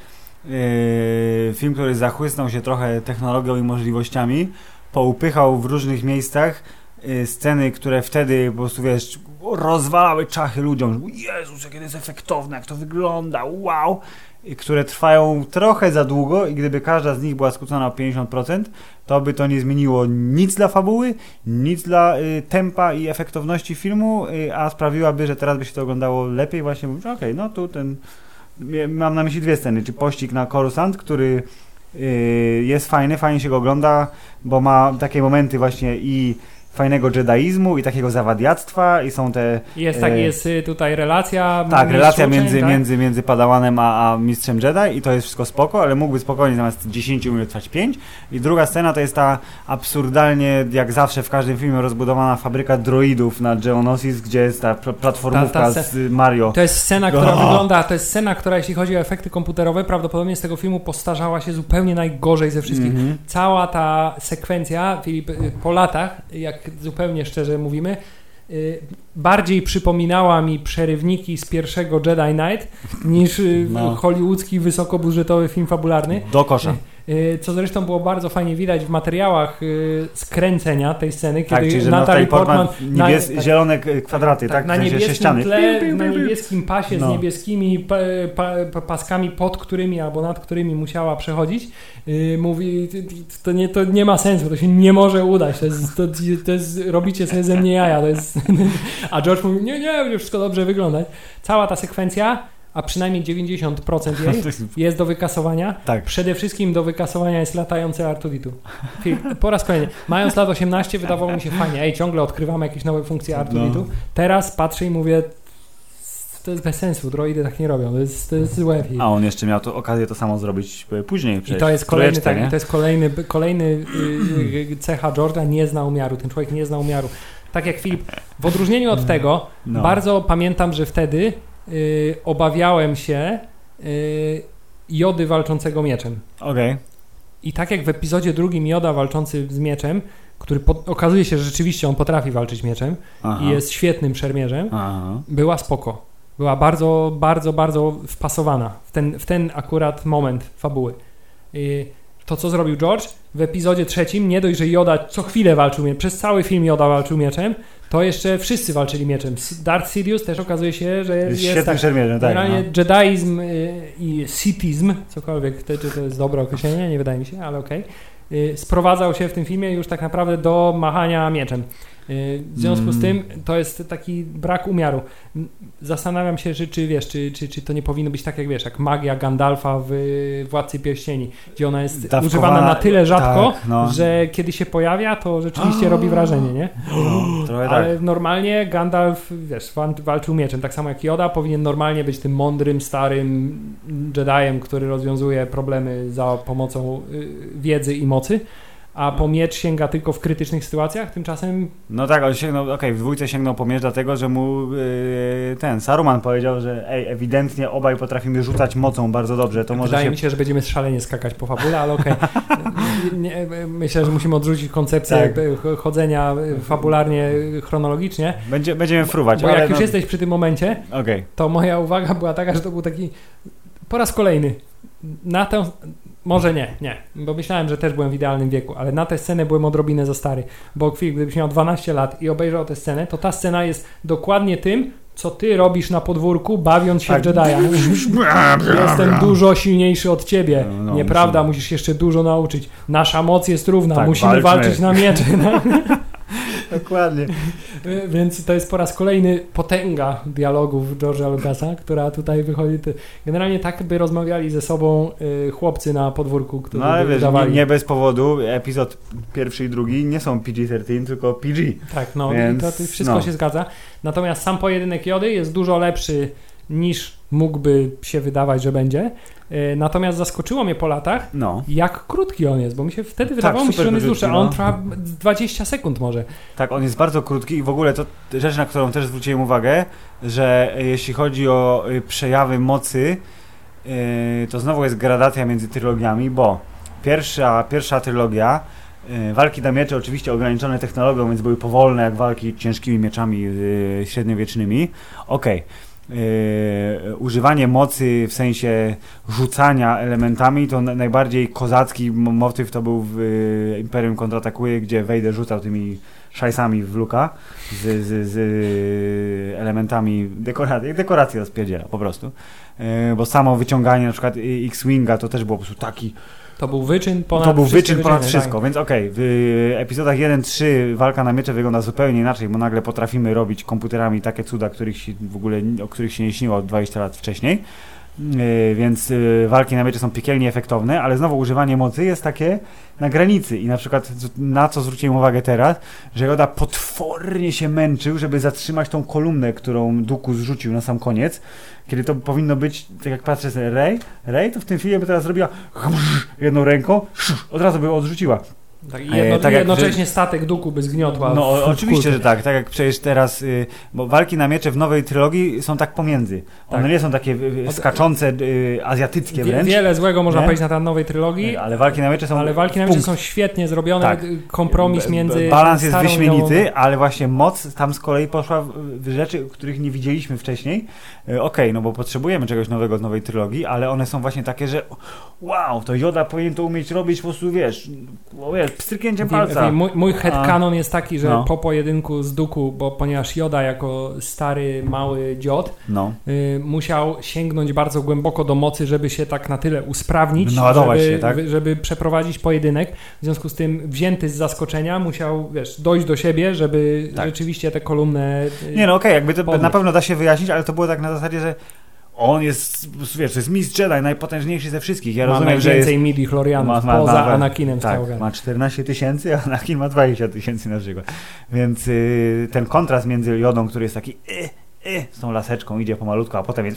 B: Yy, film, który zachłysnął się trochę technologią i możliwościami, poupychał w różnych miejscach y, sceny, które wtedy po prostu, wiesz, rozwalały czachy ludziom. Jezus, jakie to jest efektowne, jak to wygląda, wow! I które trwają trochę za długo i gdyby każda z nich była skrócona o pięćdziesiąt procent, to by to nie zmieniło nic dla fabuły, nic dla y, tempa i efektowności filmu, y, a sprawiłaby, że teraz by się to oglądało lepiej. Właśnie mówisz, okej, okay, no tu ten... Mam na myśli dwie sceny, czy pościg na Coruscant, który y, jest fajny, fajnie się go ogląda, bo ma takie momenty właśnie i fajnego jedaizmu i takiego zawadiactwa i są te...
A: Jest tak, e, jest tutaj relacja...
B: Tak, relacja
A: uczeń,
B: między,
A: tak?
B: między, między Padawanem a, a mistrzem Jedi i to jest wszystko spoko, ale mógłby spokojnie zamiast dziesięć minut trwać pięć. I druga scena to jest ta absurdalnie, jak zawsze w każdym filmie, rozbudowana fabryka droidów na Geonosis, gdzie jest ta platformówka ta, ta z Mario.
A: To jest scena, która oh. wygląda, to jest scena, która jeśli chodzi o efekty komputerowe, prawdopodobnie z tego filmu postarzała się zupełnie najgorzej ze wszystkich. Mm-hmm. Cała ta sekwencja, Filip, po latach, jak zupełnie szczerze mówimy, yy, bardziej przypominała mi przerywniki z pierwszego Jedi Knight niż yy, no. hollywoodzki, wysokobudżetowy film fabularny.
B: Do kosza.
A: Yy, co zresztą było bardzo fajnie widać w materiałach yy, skręcenia tej sceny,
B: tak,
A: kiedy
B: czyli,
A: Natalie Portman...
B: Niebies-
A: na, tak,
B: zielone kwadraty, tak?
A: tak na,
B: w sensie
A: niebieskim tle,
B: piu, piu, piu,
A: na
B: piu.
A: niebieskim pasie
B: no.
A: z niebieskimi pa, pa, pa, paskami, pod którymi albo nad którymi musiała przechodzić. Yy, mówi, to nie, to nie ma sensu, to się nie może udać, to jest, to, to jest, robicie sobie ze mnie jaja, to jest... A George mówi, nie, nie, będzie wszystko dobrze wyglądać. Cała ta sekwencja, a przynajmniej dziewięćdziesiąt procent jej jest do wykasowania.
B: Tak.
A: Przede wszystkim do wykasowania jest latający R dwa D dwa. Po raz kolejny. Mając lat osiemnaście wydawało mi się fajnie, ej, ciągle odkrywamy jakieś nowe funkcje R dwa D dwa. No. Teraz patrzę i mówię, to jest bez sensu, droidy tak nie robią, to jest, to jest złe.
B: A on jeszcze miał to, okazję to samo zrobić później.
A: I to jest kolejny, tak, to jest kolejny, kolejny yy, cecha George'a, nie zna umiaru. Ten człowiek nie zna umiaru. Tak jak Filip, w odróżnieniu od tego, no. bardzo pamiętam, że wtedy yy, obawiałem się yy, Jody walczącego mieczem.
B: Okej. Okay.
A: I tak jak w epizodzie drugim Joda walczący z mieczem, który po, okazuje się, że rzeczywiście on potrafi walczyć mieczem Aha. i jest świetnym szermierzem, Aha. była spoko. Była bardzo, bardzo, bardzo wpasowana w ten, w ten akurat moment fabuły. I to, co zrobił George w epizodzie trzecim, nie dość, że Yoda co chwilę walczył mieczem, przez cały film Yoda walczył mieczem, to jeszcze wszyscy walczyli mieczem. Darth Sidious też okazuje się, że jest,
B: jest świetnym tak, szermierzem.
A: Generalnie tak, no. Jediizm y, i Sithizm, cokolwiek, to, czy to jest dobre określenie, nie wydaje mi się, ale okej, okay, sprowadzał się w tym filmie już tak naprawdę do machania mieczem. W związku z tym to jest taki brak umiaru. Zastanawiam się, że, czy wiesz, czy, czy, czy to nie powinno być tak jak wiesz, jak magia Gandalfa w Władcy Pierścieni, gdzie ona jest
B: Dawkowana,
A: używana na tyle rzadko,
B: tak, no.
A: że kiedy się pojawia, to rzeczywiście robi wrażenie, nie?
B: No,
A: ale
B: tak.
A: normalnie Gandalf, wiesz, walczył mieczem, tak samo jak Yoda, powinien normalnie być tym mądrym, starym Jediem, który rozwiązuje problemy za pomocą wiedzy i mocy. A po miecz sięga tylko w krytycznych sytuacjach, tymczasem...
B: No tak, on sięgnął, okej, okay, w dwójce sięgnął po miecz dlatego, że mu yy, ten Saruman powiedział, że ej, ewidentnie obaj potrafimy rzucać mocą bardzo dobrze, to może
A: Wydaje
B: się...
A: mi się, że będziemy szalenie skakać po fabule, ale okej. Okay. Myślę, że musimy odrzucić koncepcję tak. chodzenia fabularnie, chronologicznie.
B: Będzie, będziemy fruwać.
A: Bo
B: ale
A: jak już
B: no...
A: jesteś przy tym momencie,
B: okay.
A: to moja uwaga była taka, że to był taki po raz kolejny na tę... Może nie, nie, bo myślałem, że też byłem w idealnym wieku, ale na tę scenę byłem odrobinę za stary, bo chwil, gdybyś miał dwanaście lat i obejrzał tę scenę, to ta scena jest dokładnie tym, co ty robisz na podwórku, bawiąc się tak. w Jedi'a. Jestem dużo silniejszy od ciebie. No, no, Nieprawda, musimy... musisz jeszcze dużo nauczyć. Nasza moc jest równa, tak, musimy walczmy. walczyć na mieczy. No?
B: Dokładnie.
A: Więc to jest po raz kolejny potęga dialogów George'a Lucasa, która tutaj wychodzi. Generalnie tak by rozmawiali ze sobą y, chłopcy na podwórku, którzy
B: No ale
A: by
B: wiesz, nie, nie bez powodu epizod pierwszy i drugi nie są P G trzynaście, tylko P G.
A: Tak, no
B: Więc,
A: i to, to wszystko
B: no.
A: się zgadza. Natomiast sam pojedynek Jody jest dużo lepszy niż mógłby się wydawać, że będzie. Natomiast zaskoczyło mnie po latach, no. jak krótki on jest, bo mi się wtedy tak, wydawało mi się, że on jest dłuższy, a on trwa dwadzieścia sekund może.
B: Tak, on jest bardzo krótki i w ogóle to rzecz, na którą też zwróciłem uwagę, że jeśli chodzi o przejawy mocy, to znowu jest gradacja między trylogiami, bo pierwsza, pierwsza trylogia, walki na miecze oczywiście ograniczone technologią, więc były powolne jak walki ciężkimi mieczami średniowiecznymi. Okej. Okay. Yy, używanie mocy w sensie rzucania elementami, to na, najbardziej kozacki motyw to był w yy, Imperium kontratakuje, gdzie Vader rzucał tymi szajsami w Luka z, z, z elementami dekoracji, dekoracji rozpierdziela po prostu, yy, bo samo wyciąganie na przykład X-Winga to też było po prostu taki
A: To był wyczyn ponad
B: To był wyczyn
A: wyczyny,
B: ponad wszystko,
A: tak.
B: więc okej, okay, w epizodach jeden trzy walka na miecze wygląda zupełnie inaczej, bo nagle potrafimy robić komputerami takie cuda, których się w ogóle, o których się nie śniło dwadzieścia lat wcześniej. Yy, więc yy, walki na miecze są piekielnie efektowne, ale znowu używanie mocy jest takie na granicy i na przykład na co zwróciłem uwagę teraz, że Yoda potwornie się męczył, żeby zatrzymać tą kolumnę, którą Dooku zrzucił na sam koniec, kiedy to powinno być, tak jak patrzę sobie, Rey, Rey to w tym filmie by teraz zrobiła jedną ręką, od razu by odrzuciła.
A: Tak, jedno,
B: e, tak
A: jednocześnie
B: jak,
A: statek Dooku by zgniotła.
B: No
A: w, w
B: oczywiście,
A: kulkę.
B: że tak, tak jak przecież teraz, y, bo walki na miecze w nowej trylogii są tak pomiędzy. One tak. nie są takie y, skaczące, y, azjatyckie wręcz.
A: Wiele złego można
B: nie?
A: powiedzieć na tej nowej trylogii,
B: ale walki na miecze są
A: ale walki na miecze są świetnie zrobione, tak. kompromis między
B: balans jest
A: starą
B: wyśmienity,
A: nową...
B: ale właśnie moc tam z kolei poszła w rzeczy, których nie widzieliśmy wcześniej. Okej, okay, no bo potrzebujemy czegoś nowego z nowej trylogii, ale one są właśnie takie, że wow, to Yoda powinien to umieć robić po prostu, wiesz, wiesz pstryknięciem palca.
A: Mój, mój headcanon jest taki, że
B: no.
A: po pojedynku z Dooku, bo ponieważ Yoda jako stary, mały dziot
B: no.
A: y, musiał sięgnąć bardzo głęboko do mocy, żeby się tak na tyle usprawnić,
B: no,
A: żeby,
B: się, tak?
A: żeby przeprowadzić pojedynek. W związku z tym wzięty z zaskoczenia musiał, wiesz, dojść do siebie, żeby tak. rzeczywiście tę kolumnę y,
B: Nie no okej, okay, jakby to
A: podnieść.
B: Na pewno da się wyjaśnić, ale to było tak na zasadzie, że on jest, wiesz, to jest mistrz Jedi, najpotężniejszy ze wszystkich. Ja
A: ma
B: rozumiem, że
A: najwięcej
B: jest...
A: midi-chlorianów
B: ma, ma,
A: poza
B: ma,
A: Anakinem
B: tak,
A: Skywalkerem.
B: ma czternaście tysięcy, a Anakin ma dwadzieścia tysięcy na przykład. Więc yy, ten kontrast między Jodą, który jest taki y, y, z tą laseczką, idzie pomalutko, a potem jest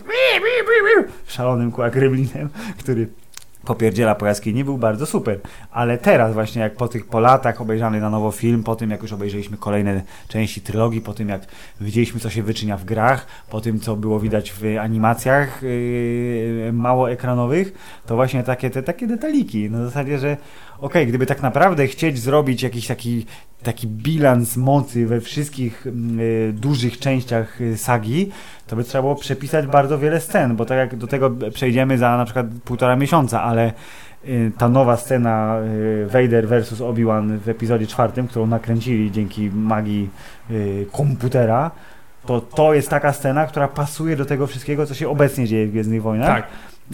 B: szalonym gremlinem, który popierdziela po jaskini, był bardzo super. Ale teraz właśnie, jak po tych po latach obejrzany na nowo film, po tym jak już obejrzeliśmy kolejne części trylogii, po tym jak widzieliśmy, co się wyczynia w grach, po tym, co było widać w animacjach yy, mało ekranowych, to właśnie takie te takie detaliki. Na zasadzie, że okej, okay, gdyby tak naprawdę chcieć zrobić jakiś taki taki bilans mocy we wszystkich y, dużych częściach y, sagi, to by trzeba było przepisać bardzo wiele scen, bo tak jak do tego przejdziemy za na przykład półtora miesiąca, ale y, ta nowa scena y, Vader versus Obi-Wan w epizodzie czwartym, którą nakręcili dzięki magii y, komputera, to to jest taka scena, która pasuje do tego wszystkiego, co się obecnie dzieje w Gwiezdnych Wojnach.
A: Tak.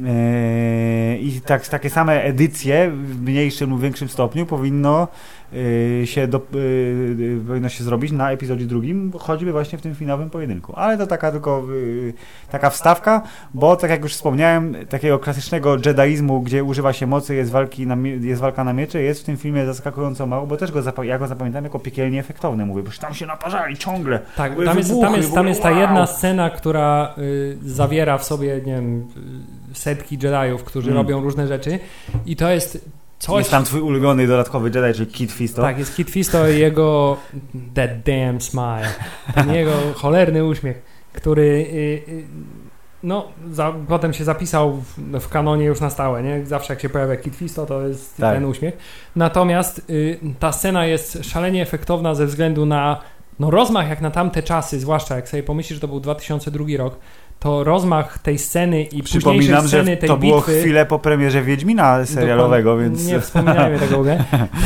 B: Yy, I tak, takie same edycje w mniejszym lub większym stopniu powinno yy, się, do, yy, powinno się zrobić na epizodzie drugim, choćby właśnie w tym finałowym pojedynku. Ale to taka tylko yy, taka wstawka, bo tak jak już wspomniałem, takiego klasycznego jedaizmu, gdzie używa się mocy, jest, walki na, jest walka na miecze, jest w tym filmie zaskakująco mało, bo też go zap- ja go zapamiętam jako piekielnie efektowny, mówię, bo tam się naparzali ciągle.
A: Tak, tam jest, tam jest, tam jest ta jedna scena, która y, zawiera w sobie, nie wiem, setki Jediów, którzy mm. robią różne rzeczy i to jest coś...
B: Jest tam twój ulubiony dodatkowy Jedi, czyli Kit Fisto.
A: Tak, jest Kit Fisto i jego that damn smile, ten jego cholerny uśmiech, który y, y, no, za, potem się zapisał w, w kanonie już na stałe, nie? Zawsze jak się pojawia Kit Fisto, to jest tak. ten uśmiech. Natomiast y, ta scena jest szalenie efektowna ze względu na no, rozmach jak na tamte czasy, zwłaszcza jak sobie pomyślisz, że to był dwa tysiące drugi rok, to rozmach tej sceny i późniejszej sceny tej
B: to
A: bitwy...
B: było chwilę po premierze Wiedźmina serialowego, więc...
A: Nie wspominajmy tego w ogóle.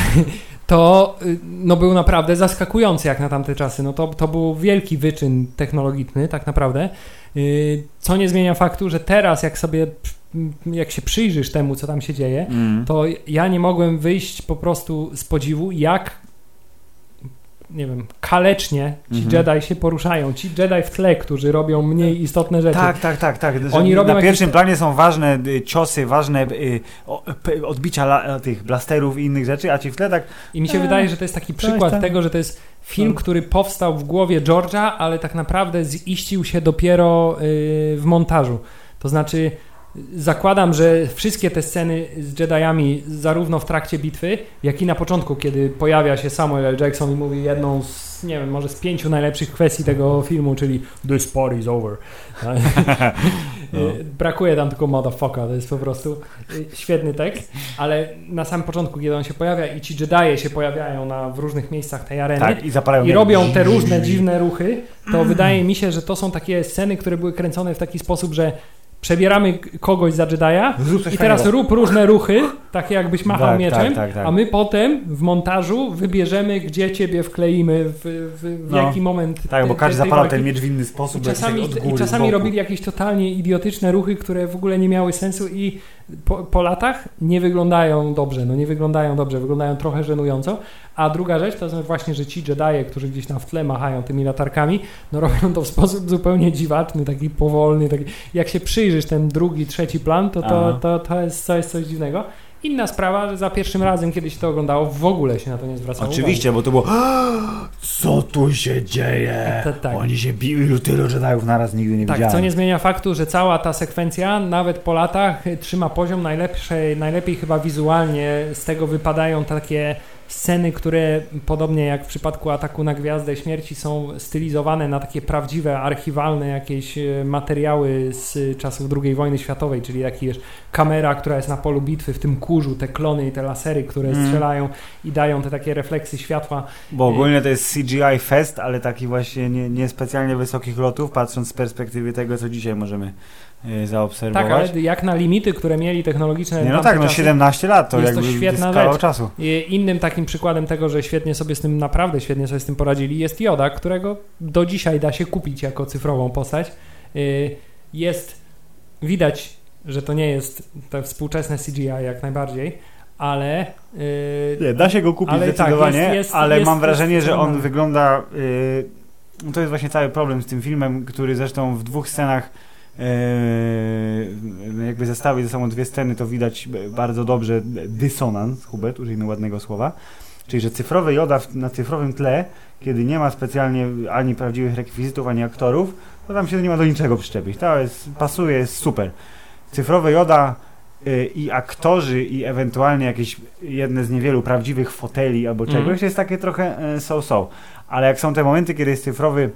A: To no, był naprawdę zaskakujący jak na tamte czasy. No, to, to był wielki wyczyn technologiczny tak naprawdę, co nie zmienia faktu, że teraz jak sobie jak się przyjrzysz temu, co tam się dzieje, mm. to ja nie mogłem wyjść po prostu z podziwu, jak nie wiem, kalecznie ci mm-hmm. Jedi się poruszają. Ci Jedi w tle, którzy robią mniej istotne rzeczy.
B: Tak, tak, tak. tak.
A: Oni robią
B: na pierwszym
A: jakieś...
B: planie są ważne y, ciosy, ważne y, o, p, odbicia la, tych blasterów i innych rzeczy, a ci w tle tak...
A: I mi się e, wydaje, że to jest taki przykład tak. tego, że to jest film, no. który powstał w głowie George'a, ale tak naprawdę ziścił się dopiero y, w montażu. To znaczy zakładam, że wszystkie te sceny z Jediami, zarówno w trakcie bitwy, jak i na początku, kiedy pojawia się Samuel L. Jackson i mówi jedną z, nie wiem, może z pięciu najlepszych kwestii tego filmu, czyli "This party's over". No. Brakuje tam tylko motherfucker, to jest po prostu świetny tekst, ale na samym początku, kiedy on się pojawia i ci Jedije się pojawiają na, w różnych miejscach tej areny
B: tak, i, zapalają
A: i robią te różne dziwne ruchy, to wydaje mi się, że to są takie sceny, które były kręcone w taki sposób, że przebieramy kogoś za Jedija i teraz fajnego. Rób różne ruchy, takie jakbyś machał tak, mieczem, tak, tak, tak. a my potem w montażu wybierzemy, gdzie ciebie wkleimy, w, w, w no, jaki moment.
B: Tak, te, bo każdy zapalał ten miecz w inny sposób.
A: I czasami, od góry, i czasami robili jakieś totalnie idiotyczne ruchy, które w ogóle nie miały sensu i po, po latach nie wyglądają dobrze. No nie wyglądają dobrze, wyglądają trochę żenująco. A druga rzecz to jest właśnie, że ci Jedije, którzy gdzieś tam w tle machają tymi latarkami, no robią to w sposób zupełnie dziwaczny, taki powolny. Taki, jak się przyjrzysz ten drugi, trzeci plan, to to, to, to, jest, to jest coś dziwnego. Inna sprawa, że za pierwszym razem, kiedy się to oglądało, w ogóle się na to nie zwracało
B: Oczywiście, uwagi. Bo to było co tu się dzieje? To, tak. Oni się biły, tylu Jediów naraz nigdy nie
A: tak,
B: widziałem.
A: Co nie zmienia faktu, że cała ta sekwencja, nawet po latach, trzyma poziom najlepszej, najlepiej chyba wizualnie. Z tego wypadają takie sceny, które podobnie jak w przypadku Ataku na Gwiazdę Śmierci są stylizowane na takie prawdziwe, archiwalne jakieś materiały z czasów drugiej wojny światowej, czyli taki, wiesz, kamera, która jest na polu bitwy, w tym kurzu, te klony i te lasery, które mm. strzelają i dają te takie refleksy światła.
B: Bo ogólnie to jest C G I fest, ale taki właśnie nie, nie specjalnie wysokich lotów, patrząc z perspektywy tego, co dzisiaj możemy zaobserwować.
A: Tak, ale jak na limity, które mieli technologiczne...
B: Nie, no tak, no czasy, siedemnaście lat to
A: jest
B: jakby
A: to świetna
B: rzecz. Czasu.
A: Innym takim przykładem tego, że świetnie sobie z tym, naprawdę świetnie sobie z tym poradzili, jest Yoda, którego do dzisiaj da się kupić jako cyfrową postać. Jest, widać, że to nie jest to współczesne C G I jak najbardziej, ale...
B: Nie, da się go kupić zdecydowanie, tak, jest, jest, ale jest, mam wrażenie, jest, że on wygląda... Yy, to jest właśnie cały problem z tym filmem, który zresztą w dwóch scenach Eee, jakby zestawić ze sobą dwie sceny, to widać bardzo dobrze dysonans, Hubert, użyjmy ładnego słowa, czyli że cyfrowy Yoda na cyfrowym tle, kiedy nie ma specjalnie ani prawdziwych rekwizytów, ani aktorów, to tam się nie ma do niczego przyczepić. To jest, pasuje, jest super. Cyfrowy Yoda yy, i aktorzy i ewentualnie jakieś jedne z niewielu prawdziwych foteli albo czegoś mm. jest takie trochę yy, so-so, ale jak są te momenty, kiedy jest cyfrowy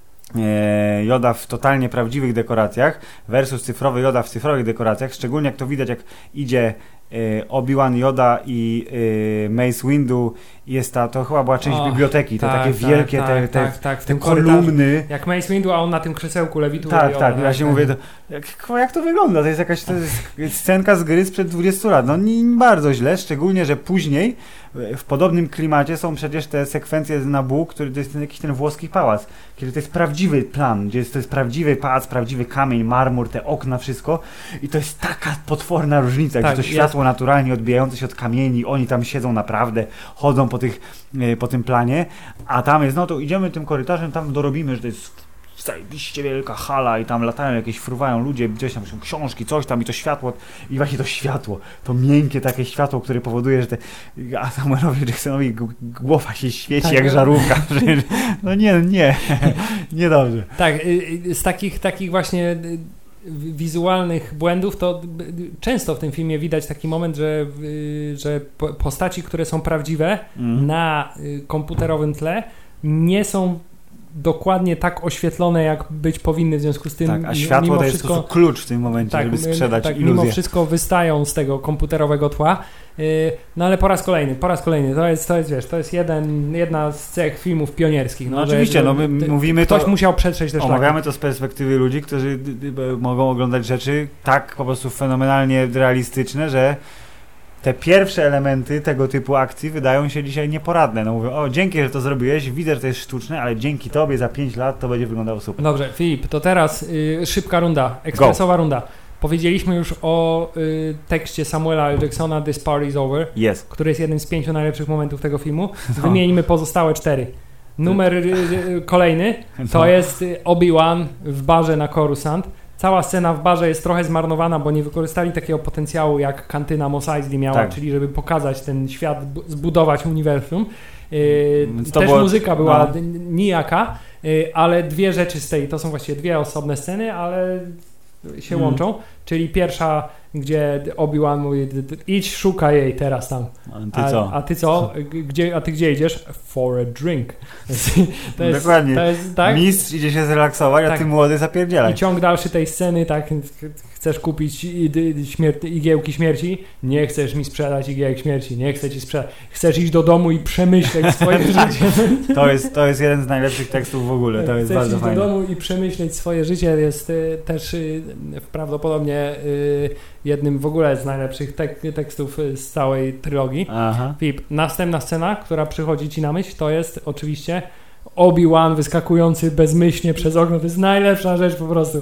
B: Yoda w totalnie prawdziwych dekoracjach versus cyfrowy Yoda w cyfrowych dekoracjach, szczególnie jak to widać, jak idzie Obi-Wan, Yoda i Mace Windu, jest ta, to chyba była część o, biblioteki, te tak, takie tak, wielkie tak, te, te,
A: tak, tak,
B: te kolumny.
A: Jak Mace Windu, a on na tym krzesełku lewituje.
B: Tak, Yoda, tak, ja się tak. mówię, to, jak, jak to wygląda? To jest jakaś to jest scenka z gry sprzed dwudziestu lat. No nie bardzo źle, szczególnie, że później w podobnym klimacie są przecież te sekwencje z Naboo, który to jest ten, jakiś ten włoski pałac, kiedy to jest prawdziwy plan, gdzie jest, to jest prawdziwy pałac, prawdziwy kamień, marmur, te okna, wszystko i to jest taka potworna różnica, tak, gdzie to światło jest naturalnie odbijające się od kamieni, oni tam siedzą naprawdę, chodzą po, tych, po tym planie, a tam jest, no to idziemy tym korytarzem, tam dorobimy, że to jest zajebiście wielka hala i tam latają jakieś, fruwają ludzie, gdzieś tam są książki, coś tam i to światło, i właśnie to światło, to miękkie takie światło, które powoduje, że te, a Samuelowi Jacksonowi głowa się świeci tak, jak żarówka. No nie, nie, nie dobrze.
A: Tak, z takich, takich właśnie wizualnych błędów, to często w tym filmie widać taki moment, że, że postaci, które są prawdziwe mm. na komputerowym tle, nie są dokładnie tak oświetlone, jak być powinny, w związku z tym...
B: Tak, a światło to jest wszystko, klucz w tym momencie, tak, żeby sprzedać tak, iluzję. Mimo wszystko
A: wystają z tego komputerowego tła. No ale po raz kolejny, po raz kolejny, to jest, to jest wiesz, to jest jeden, jedna z cech filmów pionierskich.
B: No, no oczywiście, no my ty, mówimy
A: ktoś
B: to...
A: musiał przetrzeć te szlaki.
B: Omawiamy to z perspektywy ludzi, którzy mogą oglądać rzeczy tak po prostu fenomenalnie realistyczne, że te pierwsze elementy tego typu akcji wydają się dzisiaj nieporadne. No mówię, o dzięki, że to zrobiłeś, widzę, że to jest sztuczne, ale dzięki tobie za pięć lat to będzie wyglądało super.
A: Dobrze, Filip, to teraz y, szybka runda, ekspresowa Go. runda. Powiedzieliśmy już o y, tekście Samuela L. Jacksona This Party's Over,
B: yes.
A: który jest jednym z pięciu najlepszych momentów tego filmu. Wymienimy pozostałe cztery. Numer y, y, kolejny to no. jest Obi-Wan w barze na Coruscant. Cała scena w barze jest trochę zmarnowana, bo nie wykorzystali takiego potencjału, jak kantyna Mos Eisley miała, tak. czyli żeby pokazać ten świat, zbudować uniwersum. Yy, też było, muzyka była no. nijaka, yy, ale dwie rzeczy z tej, to są właściwie dwie osobne sceny, ale się mm. łączą. Czyli pierwsza, gdzie Obi-Wan mówi, idź szukaj jej teraz tam.
B: A ty co?
A: A, a ty co? Gdzie, a ty gdzie idziesz? For a drink.
B: To jest, Dokładnie. To jest, tak? Mistrz idzie się zrelaksować, a tak. Ty młody zapierdzielaj.
A: I ciąg dalszy tej sceny, tak, chcesz kupić śmier- igiełki śmierci? Nie chcesz mi sprzedać igiełek śmierci, nie chcę ci sprzedać. Chcesz iść do domu i przemyśleć swoje życie.
B: To jest, to jest jeden z najlepszych tekstów w ogóle, to jest
A: chcesz
B: bardzo
A: iść
B: fajne.
A: do domu i przemyśleć swoje życie jest y, też y, prawdopodobnie y, jednym w ogóle z najlepszych tek- tekstów z całej trylogii.
B: Aha.
A: Filip, następna scena, która przychodzi ci na myśl, to jest oczywiście Obi-Wan wyskakujący bezmyślnie przez okno. To jest najlepsza rzecz po prostu.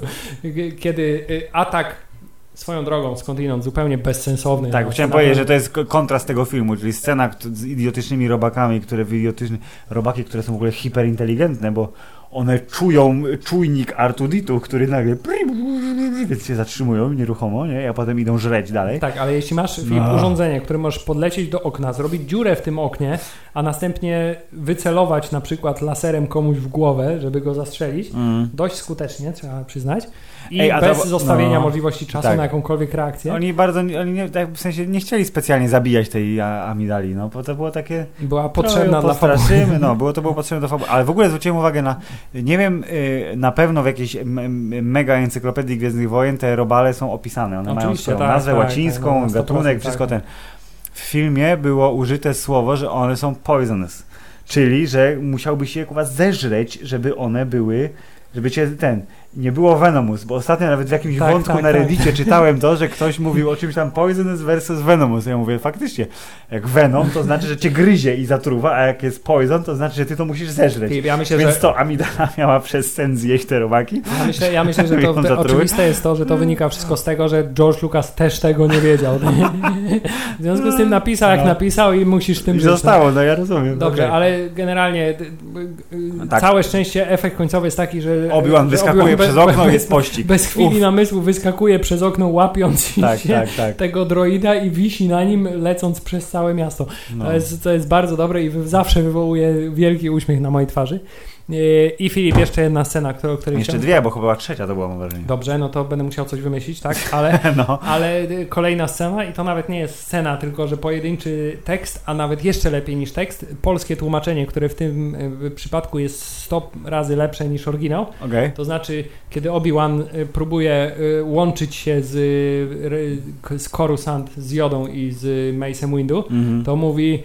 A: Kiedy atak swoją drogą skądinąd zupełnie bezsensowny.
B: Tak, chciałem powiedzieć, że to jest kontrast tego filmu, czyli scena z idiotycznymi robakami, które idiotyczne robaki, które są w ogóle hiperinteligentne, bo one czują czujnik R dwa D two, który nagle więc się zatrzymują nieruchomo, nie? A potem idą żreć dalej.
A: Tak, ale jeśli masz Filip, no. urządzenie, które możesz podlecieć do okna, zrobić dziurę w tym oknie, a następnie wycelować na przykład laserem komuś w głowę, żeby go zastrzelić, mm. dość skutecznie, trzeba przyznać, i Ej, bez to, zostawienia no, możliwości czasu tak. na jakąkolwiek reakcję.
B: Oni bardzo, oni nie, w sensie nie chcieli specjalnie zabijać tej amidali, no, bo to było takie...
A: Była potrzebna dla
B: fabuły. No, było, to było potrzebne do fabuły, ale w ogóle zwróciłem uwagę na, nie wiem, na pewno w jakiejś mega encyklopedii Gwiezdnych Wojen te robale są opisane, one Oczywiście, mają swoją tak, nazwę tak, łacińską, tak, no, gatunek, wszystko tak. ten. W filmie było użyte słowo, że one są poisonous, czyli, że musiałbyś się was zeżreć, żeby one były, żeby cię ten... Nie było Venomous, bo ostatnio nawet w jakimś tak, wątku tak, na Reddicie tak. czytałem to, że ktoś mówił o czymś tam Poisonous versus Venomous. Ja mówię, faktycznie, jak Venom to znaczy, że cię gryzie i zatruwa, a jak jest Poison to znaczy, że ty to musisz zeżreć.
A: Ja myślę,
B: Więc
A: że...
B: to amidala miała przez sen zjeść te robaki.
A: Ja myślę, ja myślę że to te, oczywiste jest to, że to wynika wszystko z tego, że George Lucas też tego nie wiedział. W związku z tym napisał jak no. napisał i musisz tym
B: I
A: żyć.
B: Zostało, no ja rozumiem.
A: Dobrze, okay. ale generalnie tak. całe szczęście efekt końcowy jest taki, że
B: Obi-Wan wyskakuje przez okno, jest pościg.
A: Bez chwili Uf. namysłu wyskakuje przez okno, łapiąc
B: tak,
A: się
B: tak, tak.
A: tego droida i wisi na nim, lecąc przez całe miasto. No. To, jest, to jest bardzo dobre i zawsze wywołuje wielki uśmiech na mojej twarzy. I Filip, jeszcze jedna scena, którą, o której
B: Jeszcze
A: chciałem...
B: dwie, bo chyba była trzecia, to była mam wrażenie.
A: Dobrze, no to będę musiał coś wymyślić, tak? Ale, no. ale kolejna scena i to nawet nie jest scena, tylko że pojedynczy tekst, a nawet jeszcze lepiej niż tekst. Polskie tłumaczenie, które w tym przypadku jest sto razy lepsze niż oryginał.
B: Okay.
A: To znaczy, kiedy Obi-Wan próbuje łączyć się z, z Coruscant, z Jodą i z Mace'em Windu, mm-hmm. to mówi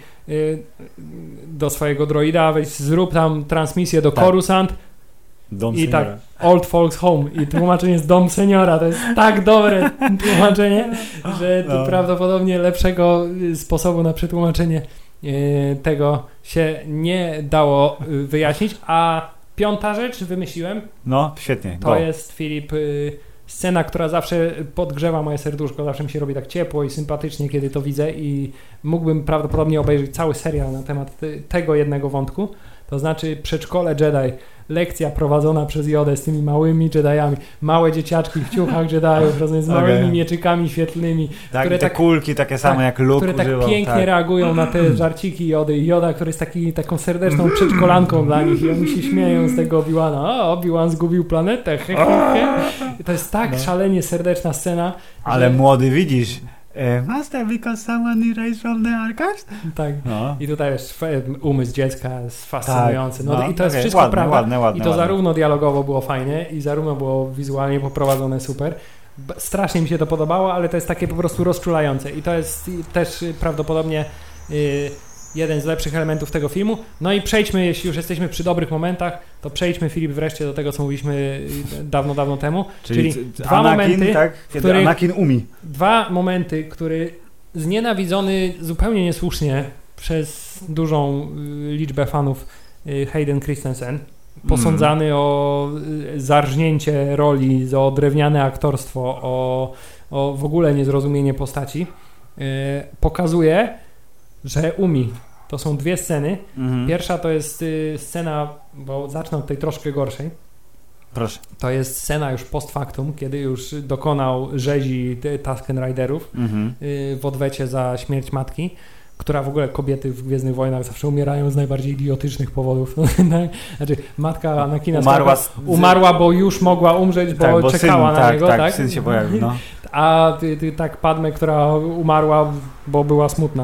A: do swojego droida, weź zrób tam transmisję do tak. Coruscant
B: dom
A: i
B: seniora.
A: Tak, Old Folks Home i tłumaczenie jest dom seniora, to jest tak dobre tłumaczenie, że no. prawdopodobnie lepszego sposobu na przetłumaczenie tego się nie dało wyjaśnić, a piąta rzecz wymyśliłem.
B: No, świetnie.
A: To Go. jest, Filip, scena, która zawsze podgrzewa moje serduszko, zawsze mi się robi tak ciepło i sympatycznie, kiedy to widzę i mógłbym prawdopodobnie obejrzeć cały serial na temat tego jednego wątku. To znaczy przedszkole Jedi, lekcja prowadzona przez Jodę z tymi małymi Jediami, małe dzieciaczki w ciuchach Jediów, rozumiem, z małymi okay. mieczykami świetlnymi.
B: Tak,
A: które
B: te tak, kulki takie same tak, jak Luke
A: które
B: używał,
A: tak pięknie tak. reagują na te żarciki Jody i Joda, który jest taki, taką serdeczną przedszkolanką dla nich i oni się śmieją z tego Obi-Wana. O, Obi-Wan zgubił planetę, he, he, he. To jest tak no. szalenie serdeczna scena.
B: Ale
A: że...
B: młody, widzisz... Master, because someone erased from the archives?
A: Tak. No. I tutaj jest umysł dziecka jest fascynujący. No, no, i to jest okay. wszystko
B: ładne,
A: prawda.
B: Ładne, ładne,
A: I to
B: ładne.
A: zarówno dialogowo było fajnie i zarówno było wizualnie poprowadzone super. Strasznie mi się to podobało, ale to jest takie po prostu rozczulające. I to jest też prawdopodobnie yy, jeden z lepszych elementów tego filmu. No i przejdźmy, jeśli już jesteśmy przy dobrych momentach, to przejdźmy, Filip, wreszcie do tego, co mówiliśmy dawno, dawno temu. Czyli, Czyli dwa
B: Anakin,
A: momenty,
B: tak? Kiedy których, Anakin umi.
A: Dwa momenty, który znienawidzony zupełnie niesłusznie przez dużą liczbę fanów Hayden Christensen, posądzany mm. o zarżnięcie roli, o drewniane aktorstwo, o, o w ogóle niezrozumienie postaci, yy, pokazuje, że umi. To są dwie sceny. Mhm. Pierwsza to jest y, scena, bo zacznę od tej troszkę gorszej.
B: Proszę.
A: To jest scena już post factum, kiedy już dokonał rzezi Tusken Riderów mhm. y, w odwecie za śmierć matki, która w ogóle kobiety w Gwiezdnych Wojnach zawsze umierają z najbardziej idiotycznych powodów. Znaczy, matka Anakina
B: umarła,
A: z... umarła, bo już mogła umrzeć, bo, tak, bo czekała syn, na
B: tak,
A: niego.
B: Tak,
A: tak,
B: syn się pojawił, no.
A: A ty, ty, tak Padme, która umarła, bo była smutna.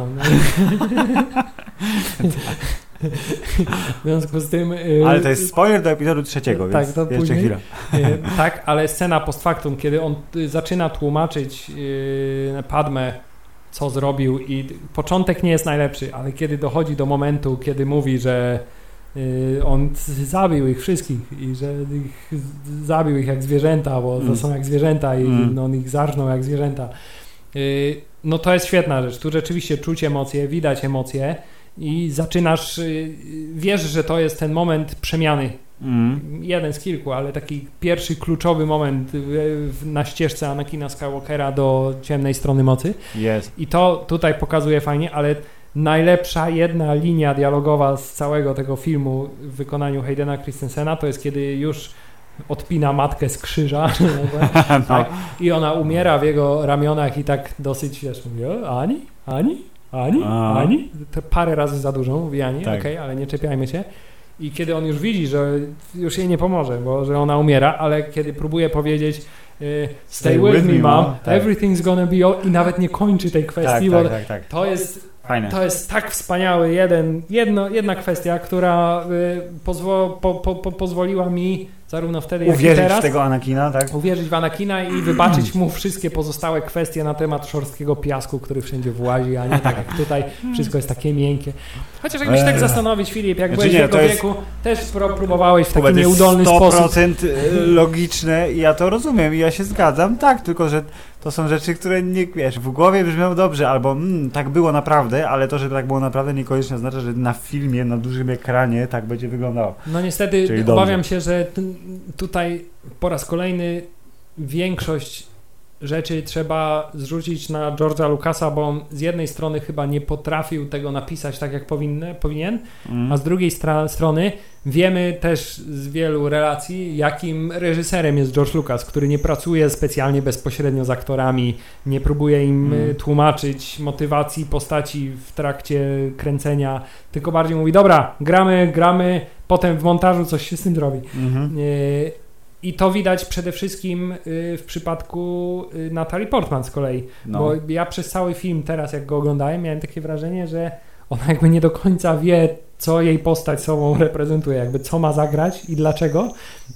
A: W związku z tym...
B: Ale to jest spoiler do epizodu trzeciego,
A: tak,
B: więc
A: to
B: jeszcze
A: później,
B: chwila.
A: Tak, ale scena post factum, kiedy on zaczyna tłumaczyć yy, Padme, co zrobił i początek nie jest najlepszy, ale kiedy dochodzi do momentu, kiedy mówi, że yy, on zabił ich wszystkich i że ich, zabił ich jak zwierzęta, bo mm. to są jak zwierzęta i mm. no, on ich zarżnął jak zwierzęta. Yy, no to jest świetna rzecz. Tu rzeczywiście czuć emocje, widać emocje i zaczynasz, yy, wiesz, że to jest ten moment przemiany. Mm. Jeden z kilku, ale taki pierwszy kluczowy moment na ścieżce Anakina Skywalkera do ciemnej strony mocy.
B: Yes.
A: I to tutaj pokazuje fajnie, ale najlepsza jedna linia dialogowa z całego tego filmu w wykonaniu Haydena Christensena to jest kiedy już odpina matkę z krzyża no. tak, i ona umiera w jego ramionach i tak dosyć, wiesz, mówi, o, Ani? Ani? Ani? A. Ani? To parę razy za dużo mówi Ani, tak. Okej, okay, ale nie czepiajmy się. I kiedy on już widzi, że już jej nie pomoże, bo że ona umiera, ale kiedy próbuje powiedzieć y, stay, stay with me, mom, tak. Everything's gonna be all i nawet nie kończy tej kwestii,
B: tak,
A: bo
B: tak, tak, tak.
A: to jest
B: Fajne.
A: To jest tak wspaniały jeden, jedno, jedna kwestia, która y, pozwo, po, po, po, pozwoliła mi zarówno wtedy, jak
B: uwierzyć
A: i teraz
B: w tego Anakina, tak?
A: Uwierzyć w Anakina i wybaczyć mu wszystkie pozostałe kwestie na temat szorstkiego piasku, który wszędzie włazi, a nie tak jak tutaj wszystko jest takie miękkie. Chociaż jakbyś tak zastanowić, Filip, jak znaczy byłeś nie, w jego wieku, też próbowałeś w taki nieudolny
B: sto procent
A: sposób.
B: logiczne i ja to rozumiem i ja się zgadzam, tak, tylko że to są rzeczy, które nie, wiesz, w głowie brzmią dobrze, albo mm, tak było naprawdę, ale to, że tak było naprawdę niekoniecznie oznacza, że na filmie, na dużym ekranie tak będzie wyglądało.
A: No niestety Czyli obawiam dobrze. się, że t- tutaj po raz kolejny większość rzeczy trzeba zrzucić na George'a Lucasa, bo on z jednej strony chyba nie potrafił tego napisać tak, jak powinny, powinien, mm. a z drugiej stra- strony wiemy też z wielu relacji, jakim reżyserem jest George Lucas, który nie pracuje specjalnie bezpośrednio z aktorami, nie próbuje im mm. tłumaczyć motywacji postaci w trakcie kręcenia, tylko bardziej mówi, dobra, gramy, gramy, potem w montażu coś się z tym zrobi. Mm-hmm. Y- I to widać przede wszystkim w przypadku Natalie Portman z kolei, no. Bo ja przez cały film teraz, jak go oglądałem, miałem takie wrażenie, że ona jakby nie do końca wie, co jej postać sobą reprezentuje, jakby co ma zagrać i dlaczego.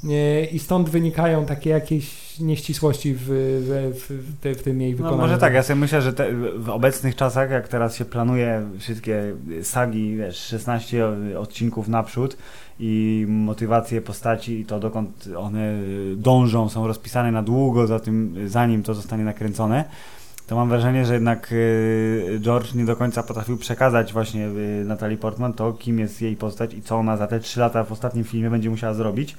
A: I stąd wynikają takie jakieś nieścisłości w, w, w, te, w tym jej wykonaniu.
B: No może tak, ja sobie myślę, że te, w obecnych czasach, jak teraz się planuje wszystkie sagi, wiesz, szesnaście odcinków naprzód i motywacje postaci i to, dokąd one dążą, są rozpisane na długo za tym, zanim to zostanie nakręcone, to mam wrażenie, że jednak George nie do końca potrafił przekazać właśnie Natalie Portman to, kim jest jej postać i co ona za te trzy lata w ostatnim filmie będzie musiała zrobić,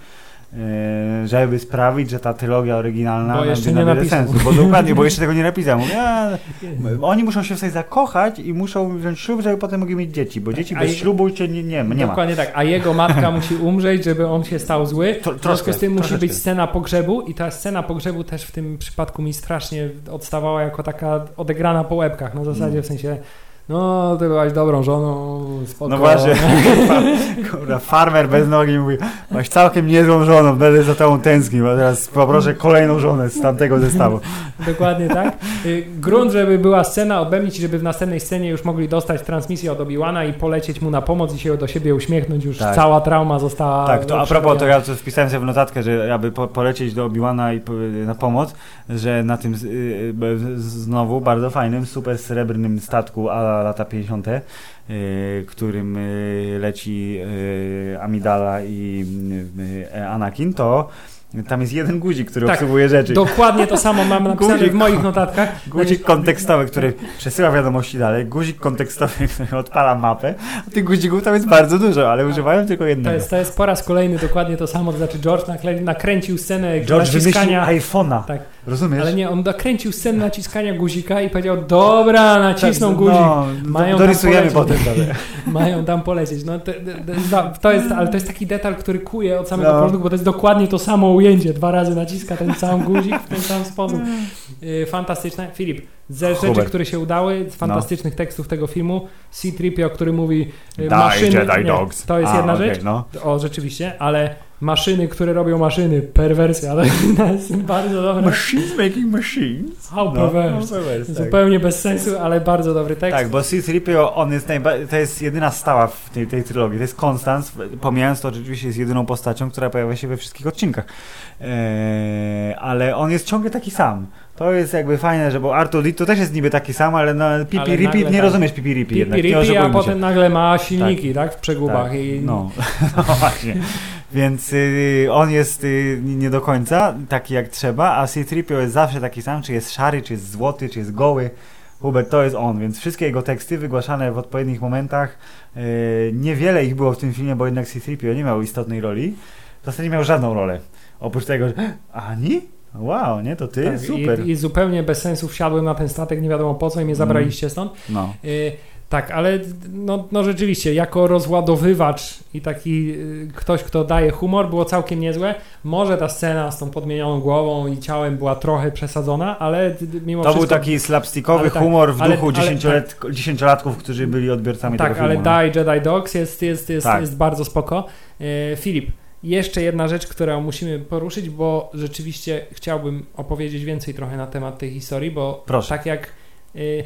B: żeby sprawić, że ta trylogia oryginalna
A: bo jeszcze nie napisał.
B: sensu. Bo dokładnie, bo jeszcze tego nie napisał. Mówię, a, oni muszą się w sobie zakochać i muszą wziąć ślub, żeby potem mogli mieć dzieci, bo dzieci bez a ślubu cię nie, nie, nie ma.
A: Dokładnie tak, a jego matka musi umrzeć, żeby on się stał zły. To, w związku z tym musi być scena pogrzebu i ta scena pogrzebu też w tym przypadku mi strasznie odstawała jako taka odegrana po łebkach, na zasadzie w sensie no, ty byłaś dobrą żoną, spoko.
B: No właśnie, kurwa, farmer bez nogi mówi, masz całkiem niezłą żoną, będę za tobą tęsknił, a teraz poproszę kolejną żonę z tamtego zestawu.
A: Dokładnie tak. Grunt, żeby była scena odbębnić i żeby w następnej scenie już mogli dostać transmisję od Obi-Wana i polecieć mu na pomoc i się do siebie uśmiechnąć, już tak. Cała trauma została...
B: Tak, to a propos, to ja wpisałem sobie w notatkę, że aby po, polecieć do Obi-Wana i po, na pomoc, że na tym y, znowu bardzo fajnym, super srebrnym statku a lata pięćdziesiąte, y, którym y, leci y, Amidala i y, Anakin, to tam jest jeden guzik, który tak, obsługuje rzeczy.
A: Dokładnie to samo mam napisane guzik, w moich notatkach.
B: Guzik kontekstowy, który przesyła wiadomości dalej, guzik kontekstowy, który odpala mapę. A tych guzików tam jest bardzo dużo, ale używają tylko jednego.
A: To jest, to jest po raz kolejny dokładnie to samo, to znaczy George nakręcił scenę
B: George
A: naciskania...
B: wymyślił iPhone'a. Tak. Rozumiesz?
A: Ale nie, on nakręcił scenę naciskania guzika i powiedział, dobra, nacisnął tak, guzik. No,
B: Mają dorysujemy potem.
A: Mają tam polecieć. No, to, to, to jest, ale to jest taki detal, który kuje od samego no. początku, bo to jest dokładnie to samo ujęcie. Dwa razy naciska ten sam guzik w ten sam sposób. Fantastyczne. Filip, ze
B: Hubert.
A: rzeczy, które się udały, z fantastycznych
B: no.
A: tekstów tego filmu, C trzy P O, który mówi
B: Die,
A: maszyny,
B: Jedi
A: nie,
B: Dogs.
A: to jest
B: A,
A: jedna
B: okay,
A: rzecz,
B: no.
A: o rzeczywiście, ale maszyny, które robią maszyny, perwersja, to jest bardzo dobre.
B: Machines making machines.
A: How
B: No,
A: perverse.
B: no, perverse, tak.
A: Zupełnie bez sensu, ale bardzo dobry tekst.
B: Tak, bo C trzy P O, on jest najba- to jest jedyna stała w tej, tej trylogii, to jest Konstans, pomijając to, że rzeczywiście jest jedyną postacią, która pojawia się we wszystkich odcinkach. Eee, ale on jest ciągle taki sam. To jest jakby fajne, że bo Artur Lee to też jest niby taki sam, ale no pipi ripi, nie
A: tak.
B: rozumiesz pipi ripi jednak.
A: Pipi ripi, a potem
B: się.
A: nagle ma silniki, tak, tak w przegubach.
B: Tak,
A: i...
B: no. no właśnie. Więc y, on jest y, nie do końca taki jak trzeba, a C trzy P O jest zawsze taki sam, czy jest szary, czy jest złoty, czy jest goły. Hubert to jest on, więc wszystkie jego teksty wygłaszane w odpowiednich momentach, y, niewiele ich było w tym filmie, bo jednak C trzy P O nie miał istotnej roli. W zasadzie nie miał żadną rolę. Oprócz tego, że Ani? Wow, nie? To ty?
A: Tak,
B: super.
A: I, I zupełnie bez sensu wsiadłem na ten statek, nie wiadomo po co i mnie zabraliście stąd.
B: No.
A: Y, tak, ale no, no rzeczywiście, jako rozładowywacz i taki y, ktoś, kto daje humor, było całkiem niezłe. Może ta scena z tą podmienioną głową i ciałem była trochę przesadzona, ale d- mimo
B: to
A: wszystko...
B: był taki slapstickowy
A: tak,
B: humor w
A: ale,
B: duchu
A: ale,
B: dziesięciolat, tak, dziesięciolatków, którzy byli odbiorcami
A: tak,
B: tego filmu.
A: Tak, ale Die Jedi Dogs jest, jest, jest,
B: tak.
A: jest bardzo spoko. Y, Filip, jeszcze jedna rzecz, którą musimy poruszyć, bo rzeczywiście chciałbym opowiedzieć więcej trochę na temat tej historii, bo
B: Proszę.
A: tak jak y,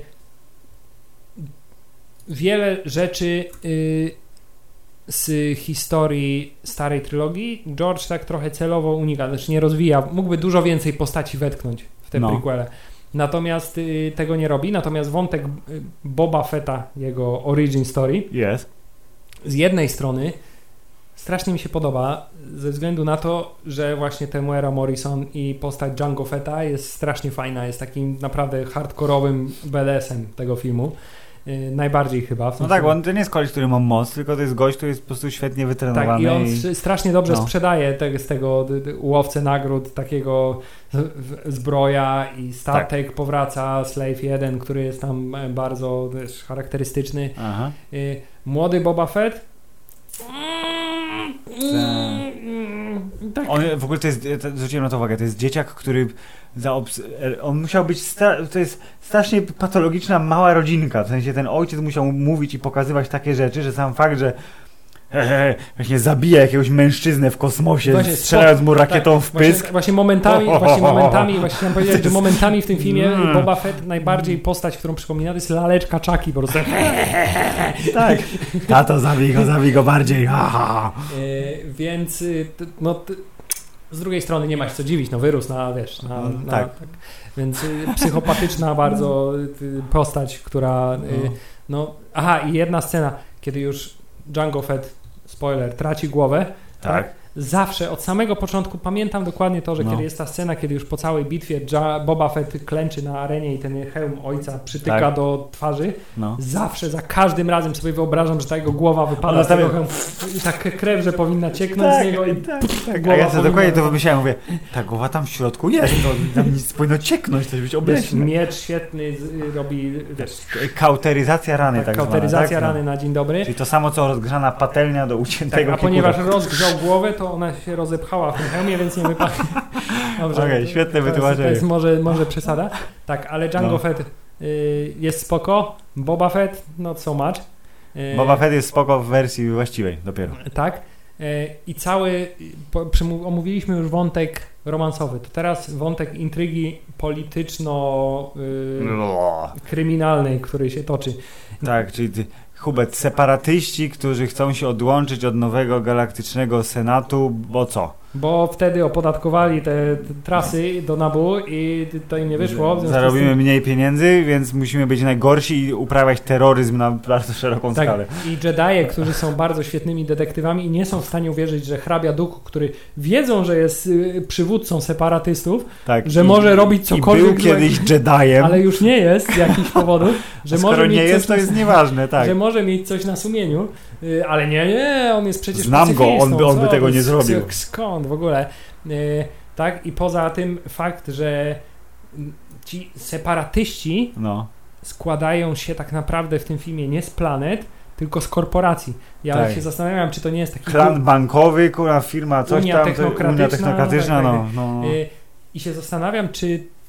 A: wiele rzeczy y, z historii starej trylogii George tak trochę celowo unika, znaczy nie rozwija, mógłby dużo więcej postaci wetknąć w te
B: no.
A: prequele. Natomiast y, tego nie robi, natomiast wątek y, Boba Fetta, jego origin story,
B: yes.
A: z jednej strony strasznie mi się podoba, ze względu na to, że właśnie Temuera Morrison i postać Jango Fetta jest strasznie fajna, jest takim naprawdę hardkorowym B D S-em tego filmu. Yy, najbardziej chyba. W
B: no tak, on to nie jest koleś, który ma moc, tylko to jest gość, który jest po prostu świetnie wytrenowany.
A: Tak, i on
B: i...
A: strasznie dobrze
B: no.
A: sprzedaje te, z tego łowcę nagród, takiego zbroja i statek, tak. Powraca Slave jeden, który jest tam bardzo też charakterystyczny.
B: Aha.
A: Yy, młody Boba Fett
B: Tak. On w ogóle to jest, zwróciłem na to uwagę, to jest dzieciak, który za on musiał być, stra- to jest strasznie patologiczna mała rodzinka, w sensie ten ojciec musiał mówić i pokazywać takie rzeczy, że sam fakt, że he, he, właśnie zabija jakiegoś mężczyznę w kosmosie, właśnie, strzelając mu rakietą tak, w pysk.
A: Właśnie, właśnie momentami,
B: oh,
A: właśnie
B: oh, oh,
A: momentami, właśnie chciałem powiedzieć,
B: jest...
A: że momentami w tym filmie
B: mm.
A: Boba Fett najbardziej postać, którą przypomina, to jest laleczka Chucky, po prostu.
B: Tak. Tato, zabij go, zabij go bardziej. E,
A: więc no t- z drugiej strony nie ma się co dziwić, no wyrósł na, wiesz, na, na
B: tak.
A: tak. Więc y, psychopatyczna bardzo y, postać, która y,
B: no.
A: no, aha, i jedna scena, kiedy już Jango Fett, spoiler, traci głowę,
B: tak.
A: tak? Zawsze, od samego początku pamiętam dokładnie to, że no. kiedy jest ta scena, kiedy już po całej bitwie ja, Boba Fett klęczy na arenie i ten hełm ojca przytyka tak. do twarzy, no. zawsze, za każdym razem sobie wyobrażam, że ta jego głowa wypada z tego hełmu i tak krew, że powinna cieknąć tak, z niego i
B: tak, pff, tak. A ja sobie dokładnie to wymyślałem, mówię, ta głowa tam w środku jest, to tam nic powinno cieknąć, to być obleśne.
A: Miecz świetny robi, wiesz,
B: kauteryzacja rany tak, tak
A: kauteryzacja
B: zwana,
A: rany
B: tak?
A: na dzień dobry.
B: Czyli to samo, co rozgrzana patelnia do uciętego
A: tak, a ponieważ rozgrzał głowę, to ona się rozepchała w tym hełmie, więc nie wypadła. Dobrze.
B: Okej, okay, świetne wytłumaczenie.
A: To jest może, może przesada. Tak, ale Jango no. Fett y, jest spoko. Boba Fett, not so much. Y,
B: Boba Fett jest spoko w wersji właściwej dopiero.
A: Tak. Y, I cały, po, przemów, omówiliśmy już wątek romansowy. To teraz wątek intrygi polityczno-kryminalnej, y, który się toczy.
B: Tak, czyli ty, Hubert, separatyści, którzy chcą się odłączyć od nowego galaktycznego senatu, bo co?
A: Bo wtedy opodatkowali te, te trasy do Nabu i to im nie wyszło.
B: Zarobimy tym... mniej pieniędzy, więc musimy być najgorsi i uprawiać terroryzm na bardzo szeroką
A: tak.
B: skalę.
A: I Jedije, którzy są bardzo świetnymi detektywami i nie są w stanie uwierzyć, że hrabia Duke, który wiedzą, że jest y, przywódcą separatystów, tak. że I, może robić cokolwiek.
B: I był kiedyś Jediem.
A: Ale już nie jest z jakichś powodów. Że
B: skoro
A: może
B: nie
A: mieć
B: jest, to jest nieważne. Tak.
A: Że może mieć coś na sumieniu, y, ale nie, nie, on jest przecież
B: Znam go, on by, on by tego nie zrobił.
A: Skąd w ogóle? Yy, tak, i poza tym fakt, że ci separatyści no. składają się tak naprawdę w tym filmie nie z planet, tylko z korporacji. Ja tak. się zastanawiam, czy to nie jest taki...
B: Klan bankowy, kurwa, firma, coś
A: Unia
B: tam,
A: technokratyczna,
B: Unia technokratyczna, no. no, no.
A: Yy, I się zastanawiam, czy to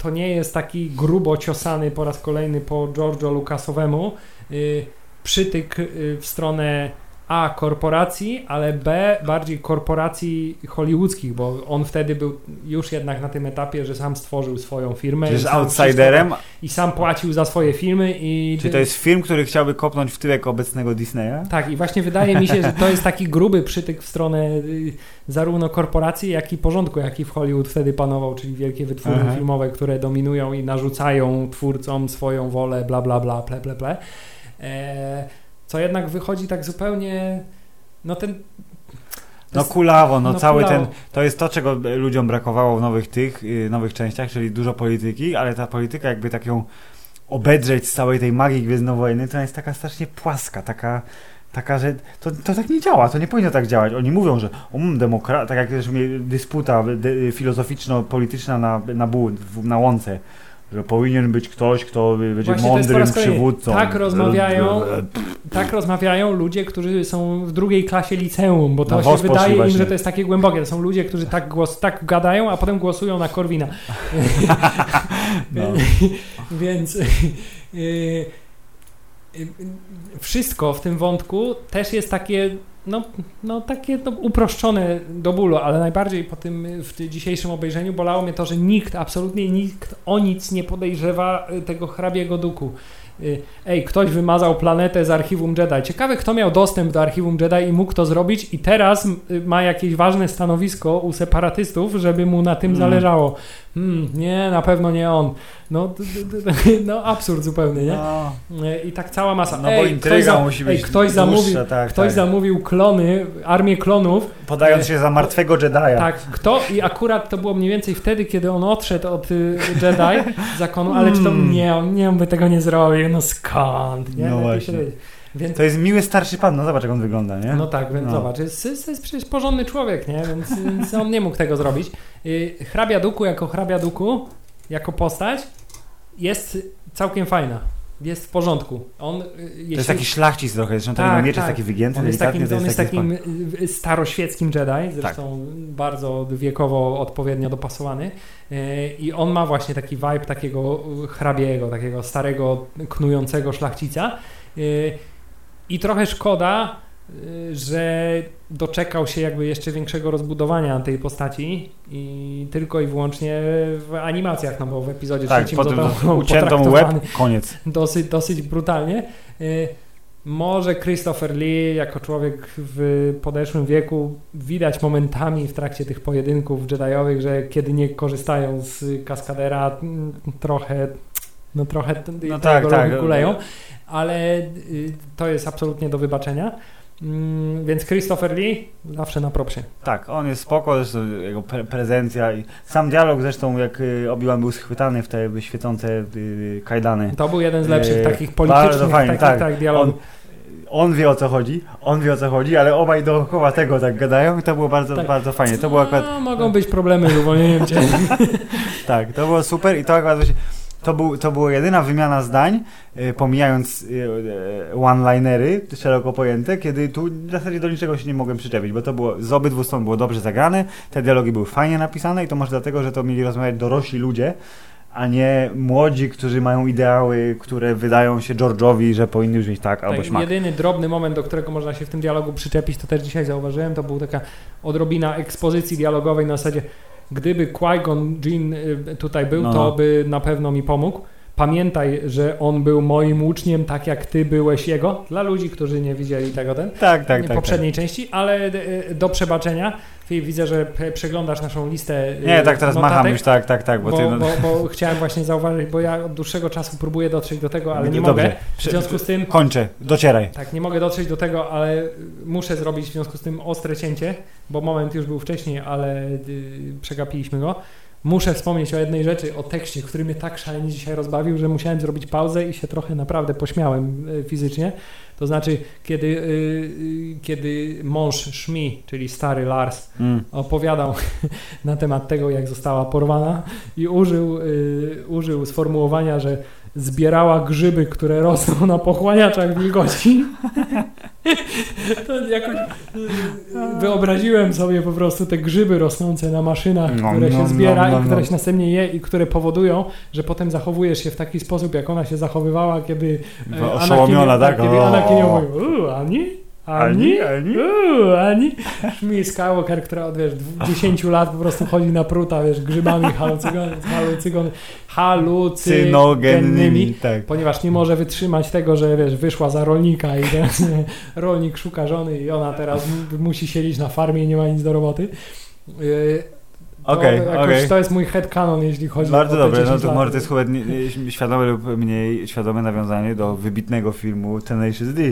A: to nie jest taki grubo ciosany po raz kolejny po George'u Lucasowemu y, przytyk y, w stronę A, korporacji, ale B, bardziej korporacji hollywoodzkich, bo on wtedy był już jednak na tym etapie, że sam stworzył swoją firmę.
B: Jest outsiderem.
A: I sam płacił za swoje filmy. I
B: Czy to jest film, który chciałby kopnąć w tyłek obecnego Disneya?
A: Tak, i właśnie wydaje mi się, że to jest taki gruby przytyk w stronę zarówno korporacji, jak i porządku, jaki w Hollywood wtedy panował, czyli wielkie wytwórnie Aha. filmowe, które dominują i narzucają twórcom swoją wolę, bla, bla, bla, ple, ple, ple. Eee, Co jednak wychodzi tak zupełnie, no ten...
B: No kulawo, no,
A: no
B: cały
A: kulawo.
B: ten, to jest to, czego ludziom brakowało w nowych tych, yy, nowych częściach, czyli dużo polityki, ale ta polityka jakby tak ją obedrzeć z całej tej magii Gwiezdnowojennej, to jest taka strasznie płaska, taka, taka że to, to tak nie działa, to nie powinno tak działać. Oni mówią, że um, demokra, tak jak też mieli dysputa de, filozoficzno-polityczna na, na, bu, na łące, że powinien być ktoś, kto będzie
A: Właśnie
B: mądrym przywódcą.
A: Tak rozmawiają, tak rozmawiają ludzie, którzy są w drugiej klasie liceum, bo to
B: no,
A: się wydaje im,
B: właśnie.
A: że to jest takie głębokie. To są ludzie, którzy tak, głos, tak gadają, a potem głosują na Korwina. no. Więc yy, yy, wszystko w tym wątku też jest takie no, no takie no, uproszczone do bólu, ale najbardziej po tym w dzisiejszym obejrzeniu bolało mnie to, że nikt, absolutnie nikt o nic nie podejrzewa tego hrabiego Duku. Ej, ktoś wymazał planetę z archiwum Jedi. Ciekawe, kto miał dostęp do archiwum Jedi i mógł to zrobić i teraz ma jakieś ważne stanowisko u separatystów, żeby mu na tym mm. zależało. Hmm, nie, na pewno nie on. No, d, d, d, no absurd zupełnie, nie? No. I tak cała masa.
B: No
A: ej,
B: bo intryga
A: ktoś,
B: musi być
A: ej, ktoś,
B: dłuższa,
A: zamówił,
B: tak,
A: ktoś
B: tak.
A: zamówił klony, armię klonów.
B: Podając się za martwego Jedi'a.
A: Tak, kto i akurat to było mniej więcej wtedy, kiedy on odszedł od y, Jedi zakonu, ale czy to nie, on nie on by tego nie zrobił, no skąd, nie?
B: No właśnie. Więc... To jest miły starszy pan, no zobacz jak on wygląda, nie?
A: No tak, więc no. zobacz, jest, jest, jest przecież porządny człowiek, nie? Więc, więc on nie mógł tego zrobić. Y, hrabia Duku jako hrabia Duku, jako postać jest całkiem fajna. Jest w porządku. On, jeśli...
B: To jest taki szlachcic trochę, zresztą tak, ten miecz tak. jest taki wygięty.
A: On jest takim,
B: on
A: jest
B: jest
A: takim taki staroświeckim Jedi, zresztą
B: tak.
A: bardzo wiekowo odpowiednio dopasowany. I on ma właśnie taki vibe takiego hrabiego, takiego starego, knującego szlachcica. I trochę szkoda, że doczekał się jakby jeszcze większego rozbudowania tej postaci i tylko i wyłącznie w animacjach, no bo w epizodzie
B: tak,
A: trzecim został
B: ucięto mu łeb, koniec.
A: Dosyć, dosyć brutalnie. Może Christopher Lee jako człowiek w podeszłym wieku widać momentami w trakcie tych pojedynków Jediowych, że kiedy nie korzystają z kaskadera trochę no trochę no tak, tak, kuleją, ale to jest absolutnie do wybaczenia. Mm, więc Christopher Lee zawsze na propsie.
B: Tak, on jest spoko, zresztą jego pre- prezencja i sam dialog zresztą jak Obi-Wan był schwytany w te świecące y, kajdany.
A: To był jeden z lepszych y, takich politycznych fajnie, takich, tak, tak, dialogów.
B: On, on wie o co chodzi, on wie o co chodzi, ale obaj dookoła tego tak gadają i to było bardzo, tak. bardzo fajnie. To było akurat...
A: No, mogą być problemy z uwolnieniem cię.
B: Tak, to było super i to akurat właśnie... To, był, to była jedyna wymiana zdań, y, pomijając y, y, one-linery szeroko pojęte, kiedy tu w zasadzie do niczego się nie mogłem przyczepić, bo to było z obydwu stron było dobrze zagrane, te dialogi były fajnie napisane i to może dlatego, że to mieli rozmawiać dorośli ludzie, a nie młodzi, którzy mają ideały, które wydają się George'owi, że powinny już mieć tak, tak albo śmak.
A: Jedyny drobny moment, do którego można się w tym dialogu przyczepić, to też dzisiaj zauważyłem, to była taka odrobina ekspozycji dialogowej na zasadzie gdyby Qui-Gon Jinn tutaj był, no. to by na pewno mi pomógł. Pamiętaj, że on był moim uczniem, tak jak ty byłeś jego. Dla ludzi, którzy nie widzieli tego ten
B: tak, tak,
A: poprzedniej
B: tak,
A: części, ale do przebaczenia. Widzę, że przeglądasz naszą listę.
B: Nie, tak teraz
A: notatek,
B: macham już, tak, tak, tak. Bo,
A: bo,
B: ty,
A: no... bo, bo chciałem właśnie zauważyć, bo ja od dłuższego czasu próbuję dotrzeć do tego, ale nie
B: Dobrze.
A: mogę. W związku z tym...
B: Kończę, docieraj.
A: Tak, nie mogę dotrzeć do tego, ale muszę zrobić w związku z tym ostre cięcie, bo moment już był wcześniej, ale yy, przegapiliśmy go. Muszę wspomnieć o jednej rzeczy, o tekście, który mnie tak szalenie dzisiaj rozbawił, że musiałem zrobić pauzę i się trochę naprawdę pośmiałem fizycznie. To znaczy, kiedy, yy, kiedy mąż Shmi, czyli stary Lars, mm. opowiadał na temat tego, jak została porwana i użył, yy, użył sformułowania, że zbierała grzyby, które rosną na pochłaniaczach wilgoci. To jakoś wyobraziłem sobie po prostu te grzyby rosnące na maszynach, no, które się no, zbiera no, no, no. i które się następnie je i które powodują, że potem zachowujesz się w taki sposób, jak ona się zachowywała, kiedy
B: oszołomiona, tak?
A: Kiedy Anakin ją mówił, uuu, Ani? Ani? Ani? Uuu, Ani? Shmi Skywalker, która od wiesz, dziesięciu lat po prostu chodzi na pruta, wiesz, grzybami halucygon, halucygennymi, tak. Ponieważ nie może wytrzymać tego, że wiesz, wyszła za rolnika i teraz rolnik szuka żony i ona teraz musi siedzieć na farmie i nie ma nic do roboty. To, okay, okay. To jest mój headcanon, jeśli chodzi
B: Bardzo
A: o
B: dobre, no to może to jest chyba świadome lub mniej świadome nawiązanie do wybitnego filmu Tenacious D.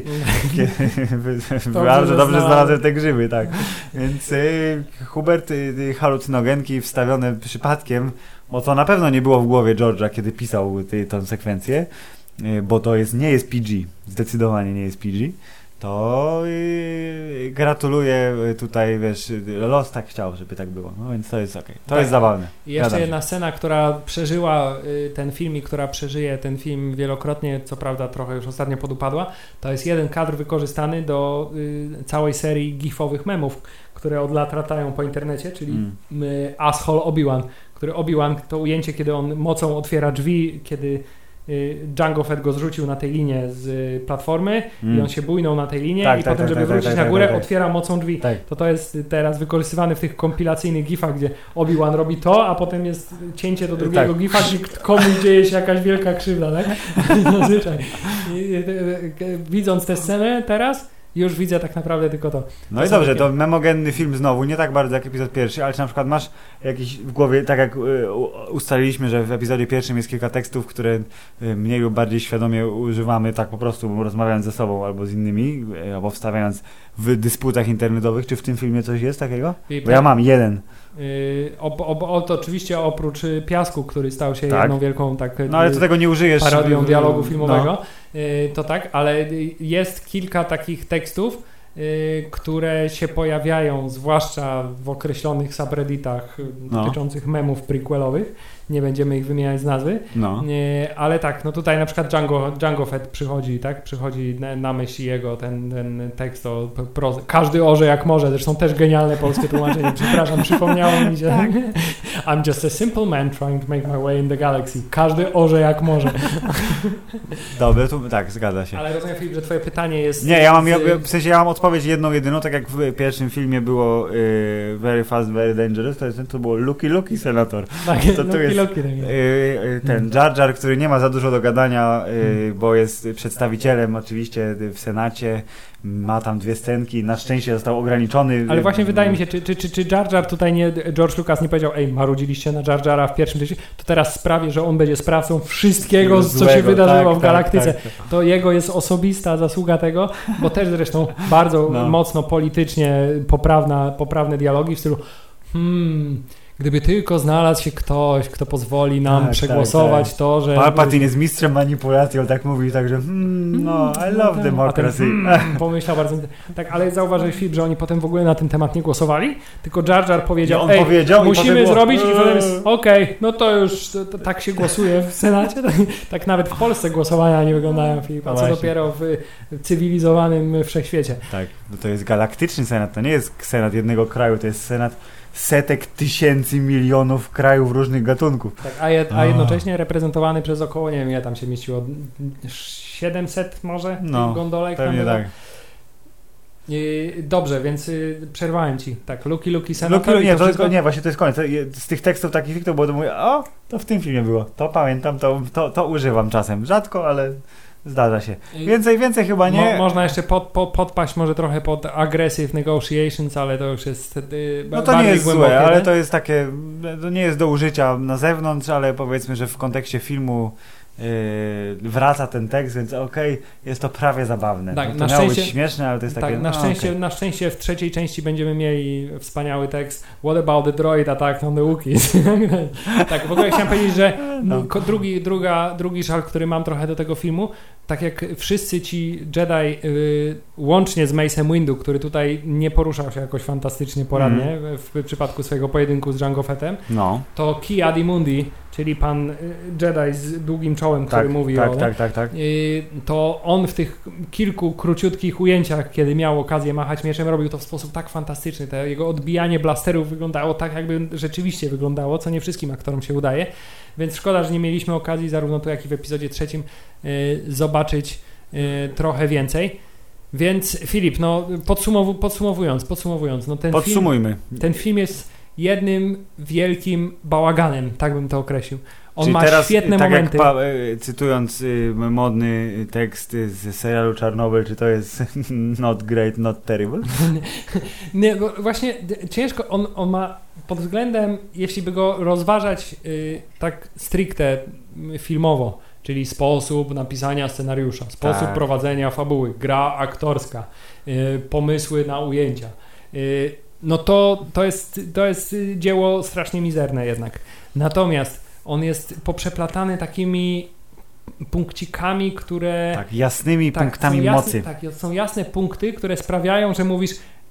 B: Bardzo dobrze znalazłem te grzyby, tak. Więc y, Hubert, y, halucynogenki wstawione przypadkiem, bo to na pewno nie było w głowie George'a, kiedy pisał ty, tę sekwencję, y, bo to jest, nie jest P G, zdecydowanie nie jest P G. To yy, gratuluję tutaj, wiesz, los tak chciał, żeby tak było, no więc to jest okej, okay. To tak. Jest zabawne.
A: I jeszcze Gadam jedna się. Scena, która przeżyła y, ten film i która przeżyje ten film wielokrotnie, co prawda trochę już ostatnio podupadła, to jest jeden kadr wykorzystany do y, całej serii gifowych memów, które od lat latają po internecie, czyli mm. y, Asshole Obi-Wan, który Obi-Wan, to ujęcie, kiedy on mocą otwiera drzwi, kiedy Jango Fett go zrzucił na tej linie z platformy mm. i on się bujnął na tej linie tak, i tak, potem, tak, żeby tak, wrócić tak, na górę, tak, tak. otwiera mocą drzwi. Tak. To to jest teraz wykorzystywany w tych kompilacyjnych gifach, gdzie Obi-Wan robi to, a potem jest cięcie do drugiego tak. gifa, gdzie komuś dzieje się jakaś wielka krzywda, tak? Zazwyczaj. Widząc tę scenę teraz, już widzę tak naprawdę tylko to.
B: No
A: to
B: i dobrze,
A: takie...
B: to memogenny film znowu, nie tak bardzo jak epizod pierwszy, ale czy na przykład masz jakiś w głowie, tak jak ustaliliśmy, że w epizodzie pierwszym jest kilka tekstów, które mniej lub bardziej świadomie używamy tak po prostu rozmawiając ze sobą albo z innymi, albo wstawiając w dysputach internetowych, czy w tym filmie coś jest takiego? Bo ja mam jeden.
A: Yy, ob, ob, ob, to oczywiście oprócz Piasku, który stał się tak. jedną wielką tak,
B: no, ale to tego nie użyjesz
A: parodią w, dialogu filmowego, no. yy, to tak, ale jest kilka takich tekstów, yy, które się pojawiają, zwłaszcza w określonych subredditach no. dotyczących memów prequelowych. Nie będziemy ich wymieniać z nazwy, no. yy, ale tak, no tutaj na przykład Jango, Jango Fett przychodzi, tak, przychodzi na, na myśl jego ten, ten tekst o prozy. Każdy orze jak może, zresztą też genialne polskie tłumaczenie, przepraszam, przypomniało mi się. Tak. I'm just a simple man trying to make my way in the galaxy. Każdy orze jak może.
B: Dobre, tu, tak, zgadza się.
A: Ale rozumiem, Filip, że twoje pytanie jest...
B: Nie, ja mam, ja, w sensie ja mam odpowiedź jedną, jedyną, tak jak w pierwszym filmie było y, Very Fast, Very Dangerous, to, jest, to było Lucky Lucky Senator.
A: Tak, to, to jest
B: ten Jar Jar, który nie ma za dużo do gadania, bo jest przedstawicielem oczywiście w Senacie, ma tam dwie scenki, na szczęście został ograniczony.
A: Ale właśnie wydaje mi się, czy, czy, czy, czy Jar Jar tutaj nie, George Lucas nie powiedział, ej, marudziliście na Jar Jara w pierwszym części, to teraz sprawię, że on będzie sprawcą wszystkiego, co złego, się wydarzyło tak, w galaktyce. Tak, tak, tak. To jego jest osobista zasługa tego, bo też zresztą bardzo no. mocno politycznie poprawna, poprawne dialogi w stylu hmm... Gdyby tylko znalazł się ktoś, kto pozwoli nam tak, przegłosować tak, tak. to, że...
B: Palpatine jest mistrzem manipulacji, on tak mówi, także hmm, no, I love democracy.
A: Hmm, pomyślał bardzo... Tak, ale zauważyłeś, Filip, że oni potem w ogóle na ten temat nie głosowali, tylko Jar Jar powiedział, on ej, powiedział musimy i zrobić było... i potem jest, okej, okay, no to już to, to, tak się głosuje w Senacie. Tak, tak nawet w Polsce głosowania nie wyglądają, Filip, a co właśnie. dopiero w, w cywilizowanym wszechświecie.
B: Tak, bo to jest galaktyczny Senat, to nie jest Senat jednego kraju, to jest Senat setek tysięcy milionów krajów różnych gatunków.
A: Tak, a, jed, a jednocześnie reprezentowany przez około, nie wiem, ile tam się mieściło, siedemset może
B: no,
A: gondolek?
B: Pewnie tak.
A: Dobrze, więc przerwałem ci. Tak, Lucky Lucky Senator.
B: Lucky, nie, to wszystko... nie, właśnie to jest koniec. Z tych tekstów takich, to było, to mówię, o, to w tym filmie było. To pamiętam, to, to, to używam czasem. Rzadko, ale zdarza się. Więcej, więcej chyba nie.
A: Mo, można jeszcze pod, pod, podpaść może trochę pod aggressive negotiations, ale to już jest yy,
B: no to nie jest głębokie, złe, ale nie? To jest takie, to nie jest do użycia na zewnątrz, ale powiedzmy, że w kontekście filmu Yy, wraca ten tekst, więc okej, okay, jest to prawie zabawne. Tak, no, to na miało szczęście, być śmieszne, ale to jest
A: tak,
B: takie...
A: Na,
B: no,
A: szczęście,
B: okay.
A: na szczęście w trzeciej części będziemy mieli wspaniały tekst What about the droid attack on the Wookiees? Tak, w ogóle chciałem powiedzieć, że no. drugi, druga, drugi żal, który mam trochę do tego filmu, tak jak wszyscy ci Jedi yy, łącznie z Mace'em Windu, który tutaj nie poruszał się jakoś fantastycznie poradnie mm. w, w przypadku swojego pojedynku z Jango Fettem,
B: no.
A: to Ki-Adi-Mundi, czyli pan Jedi z długim czołem, który
B: tak,
A: mówi
B: tak,
A: o...
B: Tak, tak, tak.
A: To on w tych kilku króciutkich ujęciach, kiedy miał okazję machać mieczem, robił to w sposób tak fantastyczny. To jego odbijanie blasterów wyglądało tak, jakby rzeczywiście wyglądało, co nie wszystkim aktorom się udaje. Więc szkoda, że nie mieliśmy okazji zarówno tu, jak i w epizodzie trzecim zobaczyć trochę więcej. Więc Filip, no podsumow- podsumowując, podsumowując, no ten
B: Podsumujmy.
A: Film, ten film jest jednym wielkim bałaganem, tak bym to określił. On
B: Czyli
A: ma
B: teraz,
A: świetne
B: tak
A: momenty.
B: Jak pa, cytując y, modny tekst z serialu Czarnobyl, czy to jest not great, not terrible?
A: Nie, bo właśnie ciężko, on, on ma pod względem, jeśli by go rozważać y, tak stricte filmowo, czyli sposób napisania scenariusza, sposób
B: tak.
A: prowadzenia fabuły, gra aktorska, y, pomysły na ujęcia. Y, no to, to, jest, to jest dzieło strasznie mizerne jednak. Natomiast on jest poprzeplatany takimi punkcikami, które...
B: Tak, jasnymi
A: tak,
B: punktami
A: jasne,
B: mocy.
A: Tak, są jasne punkty, które sprawiają, że mówisz,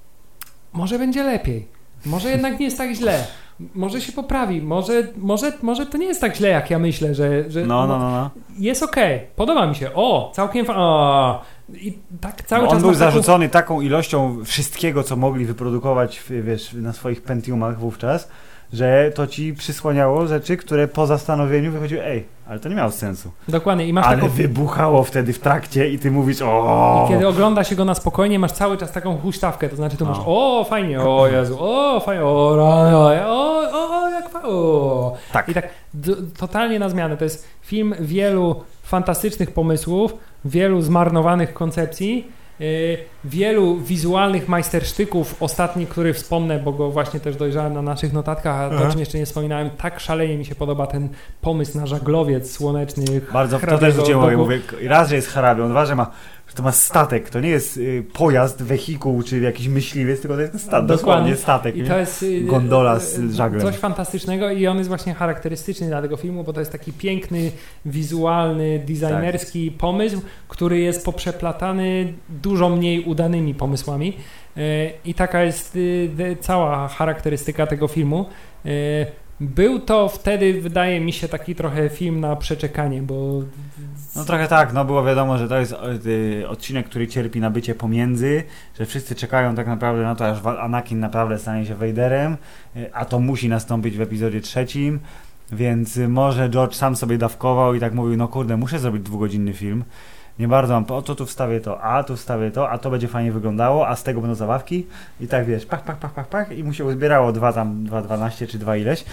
A: może będzie lepiej, może jednak nie jest tak źle, może się poprawi, może, może, może to nie jest tak źle, jak ja myślę, że, że
B: no, no, no, no.
A: jest okej, okay, podoba mi się, o, całkiem fa- o. I tak cały
B: no
A: czas
B: on był
A: taką...
B: zarzucony taką ilością wszystkiego, co mogli wyprodukować, wiesz, na swoich Pentiumach wówczas, że to ci przysłaniało rzeczy, które po zastanowieniu wychodziły, ej, ale to nie miało sensu.
A: Dokładnie. I masz
B: ale
A: taką...
B: wybuchało wtedy w trakcie i ty mówisz, o.
A: I kiedy ogląda się go na spokojnie, masz cały czas taką huśtawkę, to znaczy tu no. masz, o, fajnie, o Jezu, o, fajnie, o, o, o, o jak fajnie, o.
B: Tak.
A: I tak d- totalnie na zmianę. To jest film wielu fantastycznych pomysłów, wielu zmarnowanych koncepcji, Yy, wielu wizualnych majstersztyków. Ostatni, który wspomnę, bo go właśnie też dojrzałem na naszych notatkach, a to, o czym jeszcze nie wspominałem, tak szalenie mi się podoba ten pomysł na żaglowiec słoneczny.
B: Bardzo, to też zwróciłem uwagę, mówię, raz, że jest hrabią, dwa, że ma, że to ma statek, to nie jest y, pojazd, wehikuł, czy jakiś myśliwiec, tylko to jest statek, dosłownie statek.
A: I to jest y,
B: gondola z żaglem.
A: Coś fantastycznego i on jest właśnie charakterystyczny dla tego filmu, bo to jest taki piękny, wizualny, designerski tak. pomysł, który jest poprzeplatany dużo mniej udanymi pomysłami. Y, I taka jest y, cała charakterystyka tego filmu. Y, Był to wtedy, wydaje mi się, taki trochę film na przeczekanie, bo...
B: No trochę tak, no było wiadomo, że to jest y, odcinek, który cierpi na bycie pomiędzy, że wszyscy czekają tak naprawdę na to, aż Anakin naprawdę stanie się Vaderem, y, a to musi nastąpić w epizodzie trzecim, więc y, może George sam sobie dawkował i tak mówił, no kurde, muszę zrobić dwugodzinny film. Nie bardzo mam, o to tu wstawię to, a tu wstawię to, a to będzie fajnie wyglądało, a z tego będą zabawki i tak wiesz, pach, pach, pach, pach, pach i mu się uzbierało dwa tam, dwa dwanaście czy dwa ileś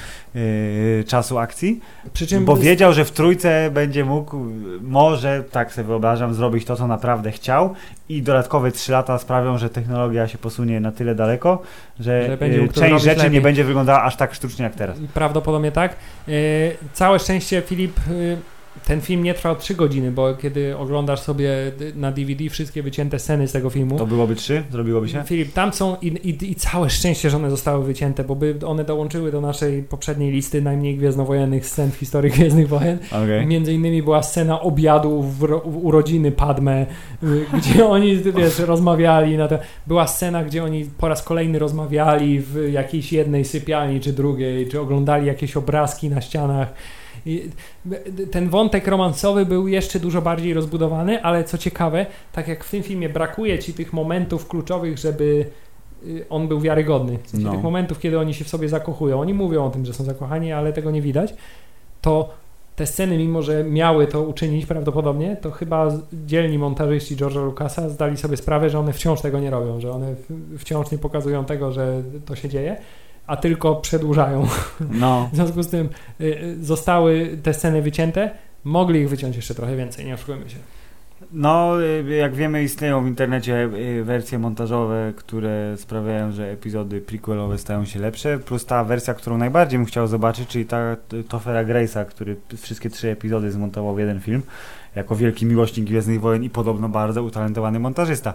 B: yy, czasu akcji, Przy czym bo wiedział, że w trójce będzie mógł, może, tak sobie wyobrażam, zrobić to, co naprawdę chciał i dodatkowe trzy lata sprawią, że technologia się posunie na tyle daleko, że, że yy, część rzeczy lepiej. nie będzie wyglądała aż tak sztucznie jak teraz.
A: Prawdopodobnie tak. Yy, całe szczęście, Filip, yy, ten film nie trwał trzy godziny, bo kiedy oglądasz sobie na D V D wszystkie wycięte sceny z tego filmu...
B: To byłoby trzy? Zrobiłoby się?
A: Filip, tam są i, i, i całe szczęście, że one zostały wycięte, bo by one dołączyły do naszej poprzedniej listy najmniej gwiezdnowojennych scen w historii Gwiezdnych Wojen. Okay. Między innymi była scena obiadu w, w urodziny Padme, gdzie oni, wiesz, rozmawiali. Na to. Była scena, gdzie oni po raz kolejny rozmawiali w jakiejś jednej sypialni czy drugiej, czy oglądali jakieś obrazki na ścianach. I ten wątek romansowy był jeszcze dużo bardziej rozbudowany, ale co ciekawe, tak jak w tym filmie brakuje ci tych momentów kluczowych, żeby on był wiarygodny. W sensie no. tych momentów, kiedy oni się w sobie zakochują. Oni mówią o tym, że są zakochani, ale tego nie widać. To te sceny, mimo że miały to uczynić prawdopodobnie, to chyba dzielni montażyści George'a Lucasa zdali sobie sprawę, że one wciąż tego nie robią, że one wciąż nie pokazują tego, że to się dzieje, a tylko przedłużają. No. W związku z tym y, zostały te sceny wycięte. Mogli ich wyciąć jeszcze trochę więcej, nie oszukujmy się.
B: No, jak wiemy, istnieją w internecie wersje montażowe, które sprawiają, że epizody prequelowe stają się lepsze, plus ta wersja, którą najbardziej bym chciał zobaczyć, czyli ta Tophera Grace'a, który wszystkie trzy epizody zmontował w jeden film, jako wielki miłośnik Gwiezdnych Wojen i podobno bardzo utalentowany montażysta.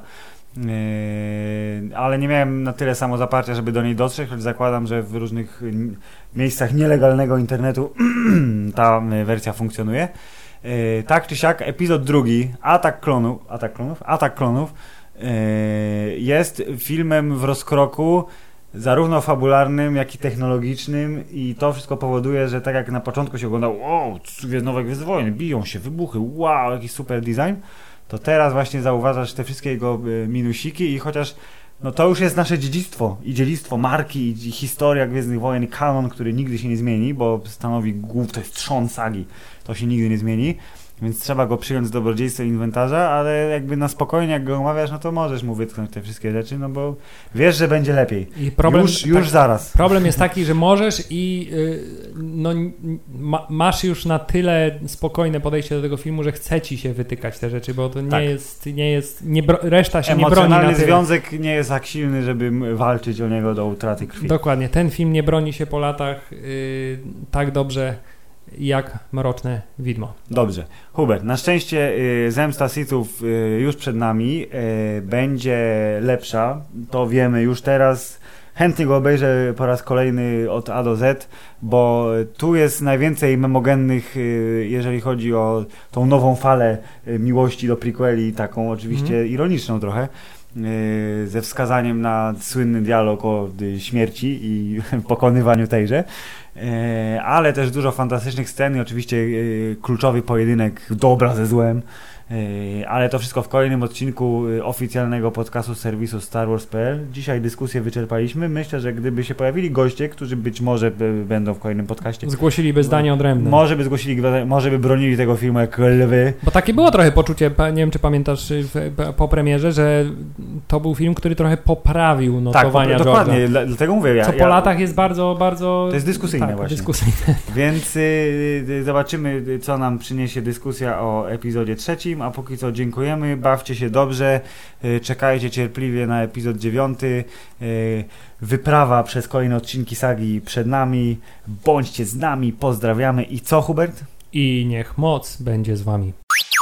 B: Yy, ale nie miałem na tyle samo zaparcia, żeby do niej dotrzeć, choć zakładam, że w różnych miejscach nielegalnego internetu ta wersja funkcjonuje. Yy, tak czy siak, epizod drugi, Atak Klonów, Atak Klonów, Atak Klonów yy, jest filmem w rozkroku zarówno fabularnym, jak i technologicznym i to wszystko powoduje, że tak jak na początku się oglądało, wow, nowe Gwiezdne Wojny, biją się, wybuchy, wow, jaki super design, to teraz właśnie zauważasz te wszystkie jego minusiki i chociaż no to już jest nasze dziedzictwo i dziedzictwo marki i historia Gwiezdnych Wojen i kanon, który nigdy się nie zmieni, bo stanowi głów, to jest trzon sagi, to się nigdy nie zmieni. Więc trzeba go przyjąć z dobrodziejstwem inwentarza, ale jakby na spokojnie, jak go omawiasz, no to możesz mu wytknąć te wszystkie rzeczy, no bo wiesz, że będzie lepiej. I problem, już już tak, zaraz.
A: Problem jest taki, że możesz i yy, no, ma, masz już na tyle spokojne podejście do tego filmu, że chce ci się wytykać te rzeczy, bo to nie tak. jest, nie jest nie bro, reszta się nie broni.
B: Emocjonalny związek nie jest tak silny, żeby walczyć o niego do utraty krwi.
A: Dokładnie, ten film nie broni się po latach yy, tak dobrze jak Mroczne Widmo.
B: Dobrze. Hubert, na szczęście y, Zemsta Sithów y, już przed nami y, będzie lepsza. To wiemy już teraz. Chętnie go obejrzę po raz kolejny od A do Z, bo tu jest najwięcej memogennych, y, jeżeli chodzi o tą nową falę y, miłości do prequeli, taką oczywiście mm. ironiczną trochę. Ze wskazaniem na słynny dialog o śmierci i pokonywaniu tejże, ale też dużo fantastycznych scen i oczywiście kluczowy pojedynek dobra ze złem, ale to wszystko w kolejnym odcinku oficjalnego podcastu serwisu Star Wars kropka p l. Dzisiaj dyskusję wyczerpaliśmy. Myślę, że gdyby się pojawili goście, którzy być może by, będą w kolejnym podcaście,
A: zgłosiliby zdanie odrębne.
B: Może by zgłosili, może by bronili tego filmu jak lwy.
A: Bo takie było trochę poczucie, nie wiem czy pamiętasz w, po premierze, że to był film, który trochę poprawił notowania.
B: Tak, dokładnie, dla, dlatego mówię. Ja,
A: Co po
B: ja,
A: latach jest bardzo, bardzo...
B: To jest dyskusyjne
A: tak,
B: właśnie.
A: Dyskusyjne.
B: Więc y, zobaczymy, co nam przyniesie dyskusja o epizodzie trzecim, a póki co dziękujemy, bawcie się dobrze, y, czekajcie cierpliwie na epizod dziewiąty, y, wyprawa przez kolejne odcinki sagi przed nami, bądźcie z nami, pozdrawiamy i co, Hubert?
A: I niech moc będzie z wami.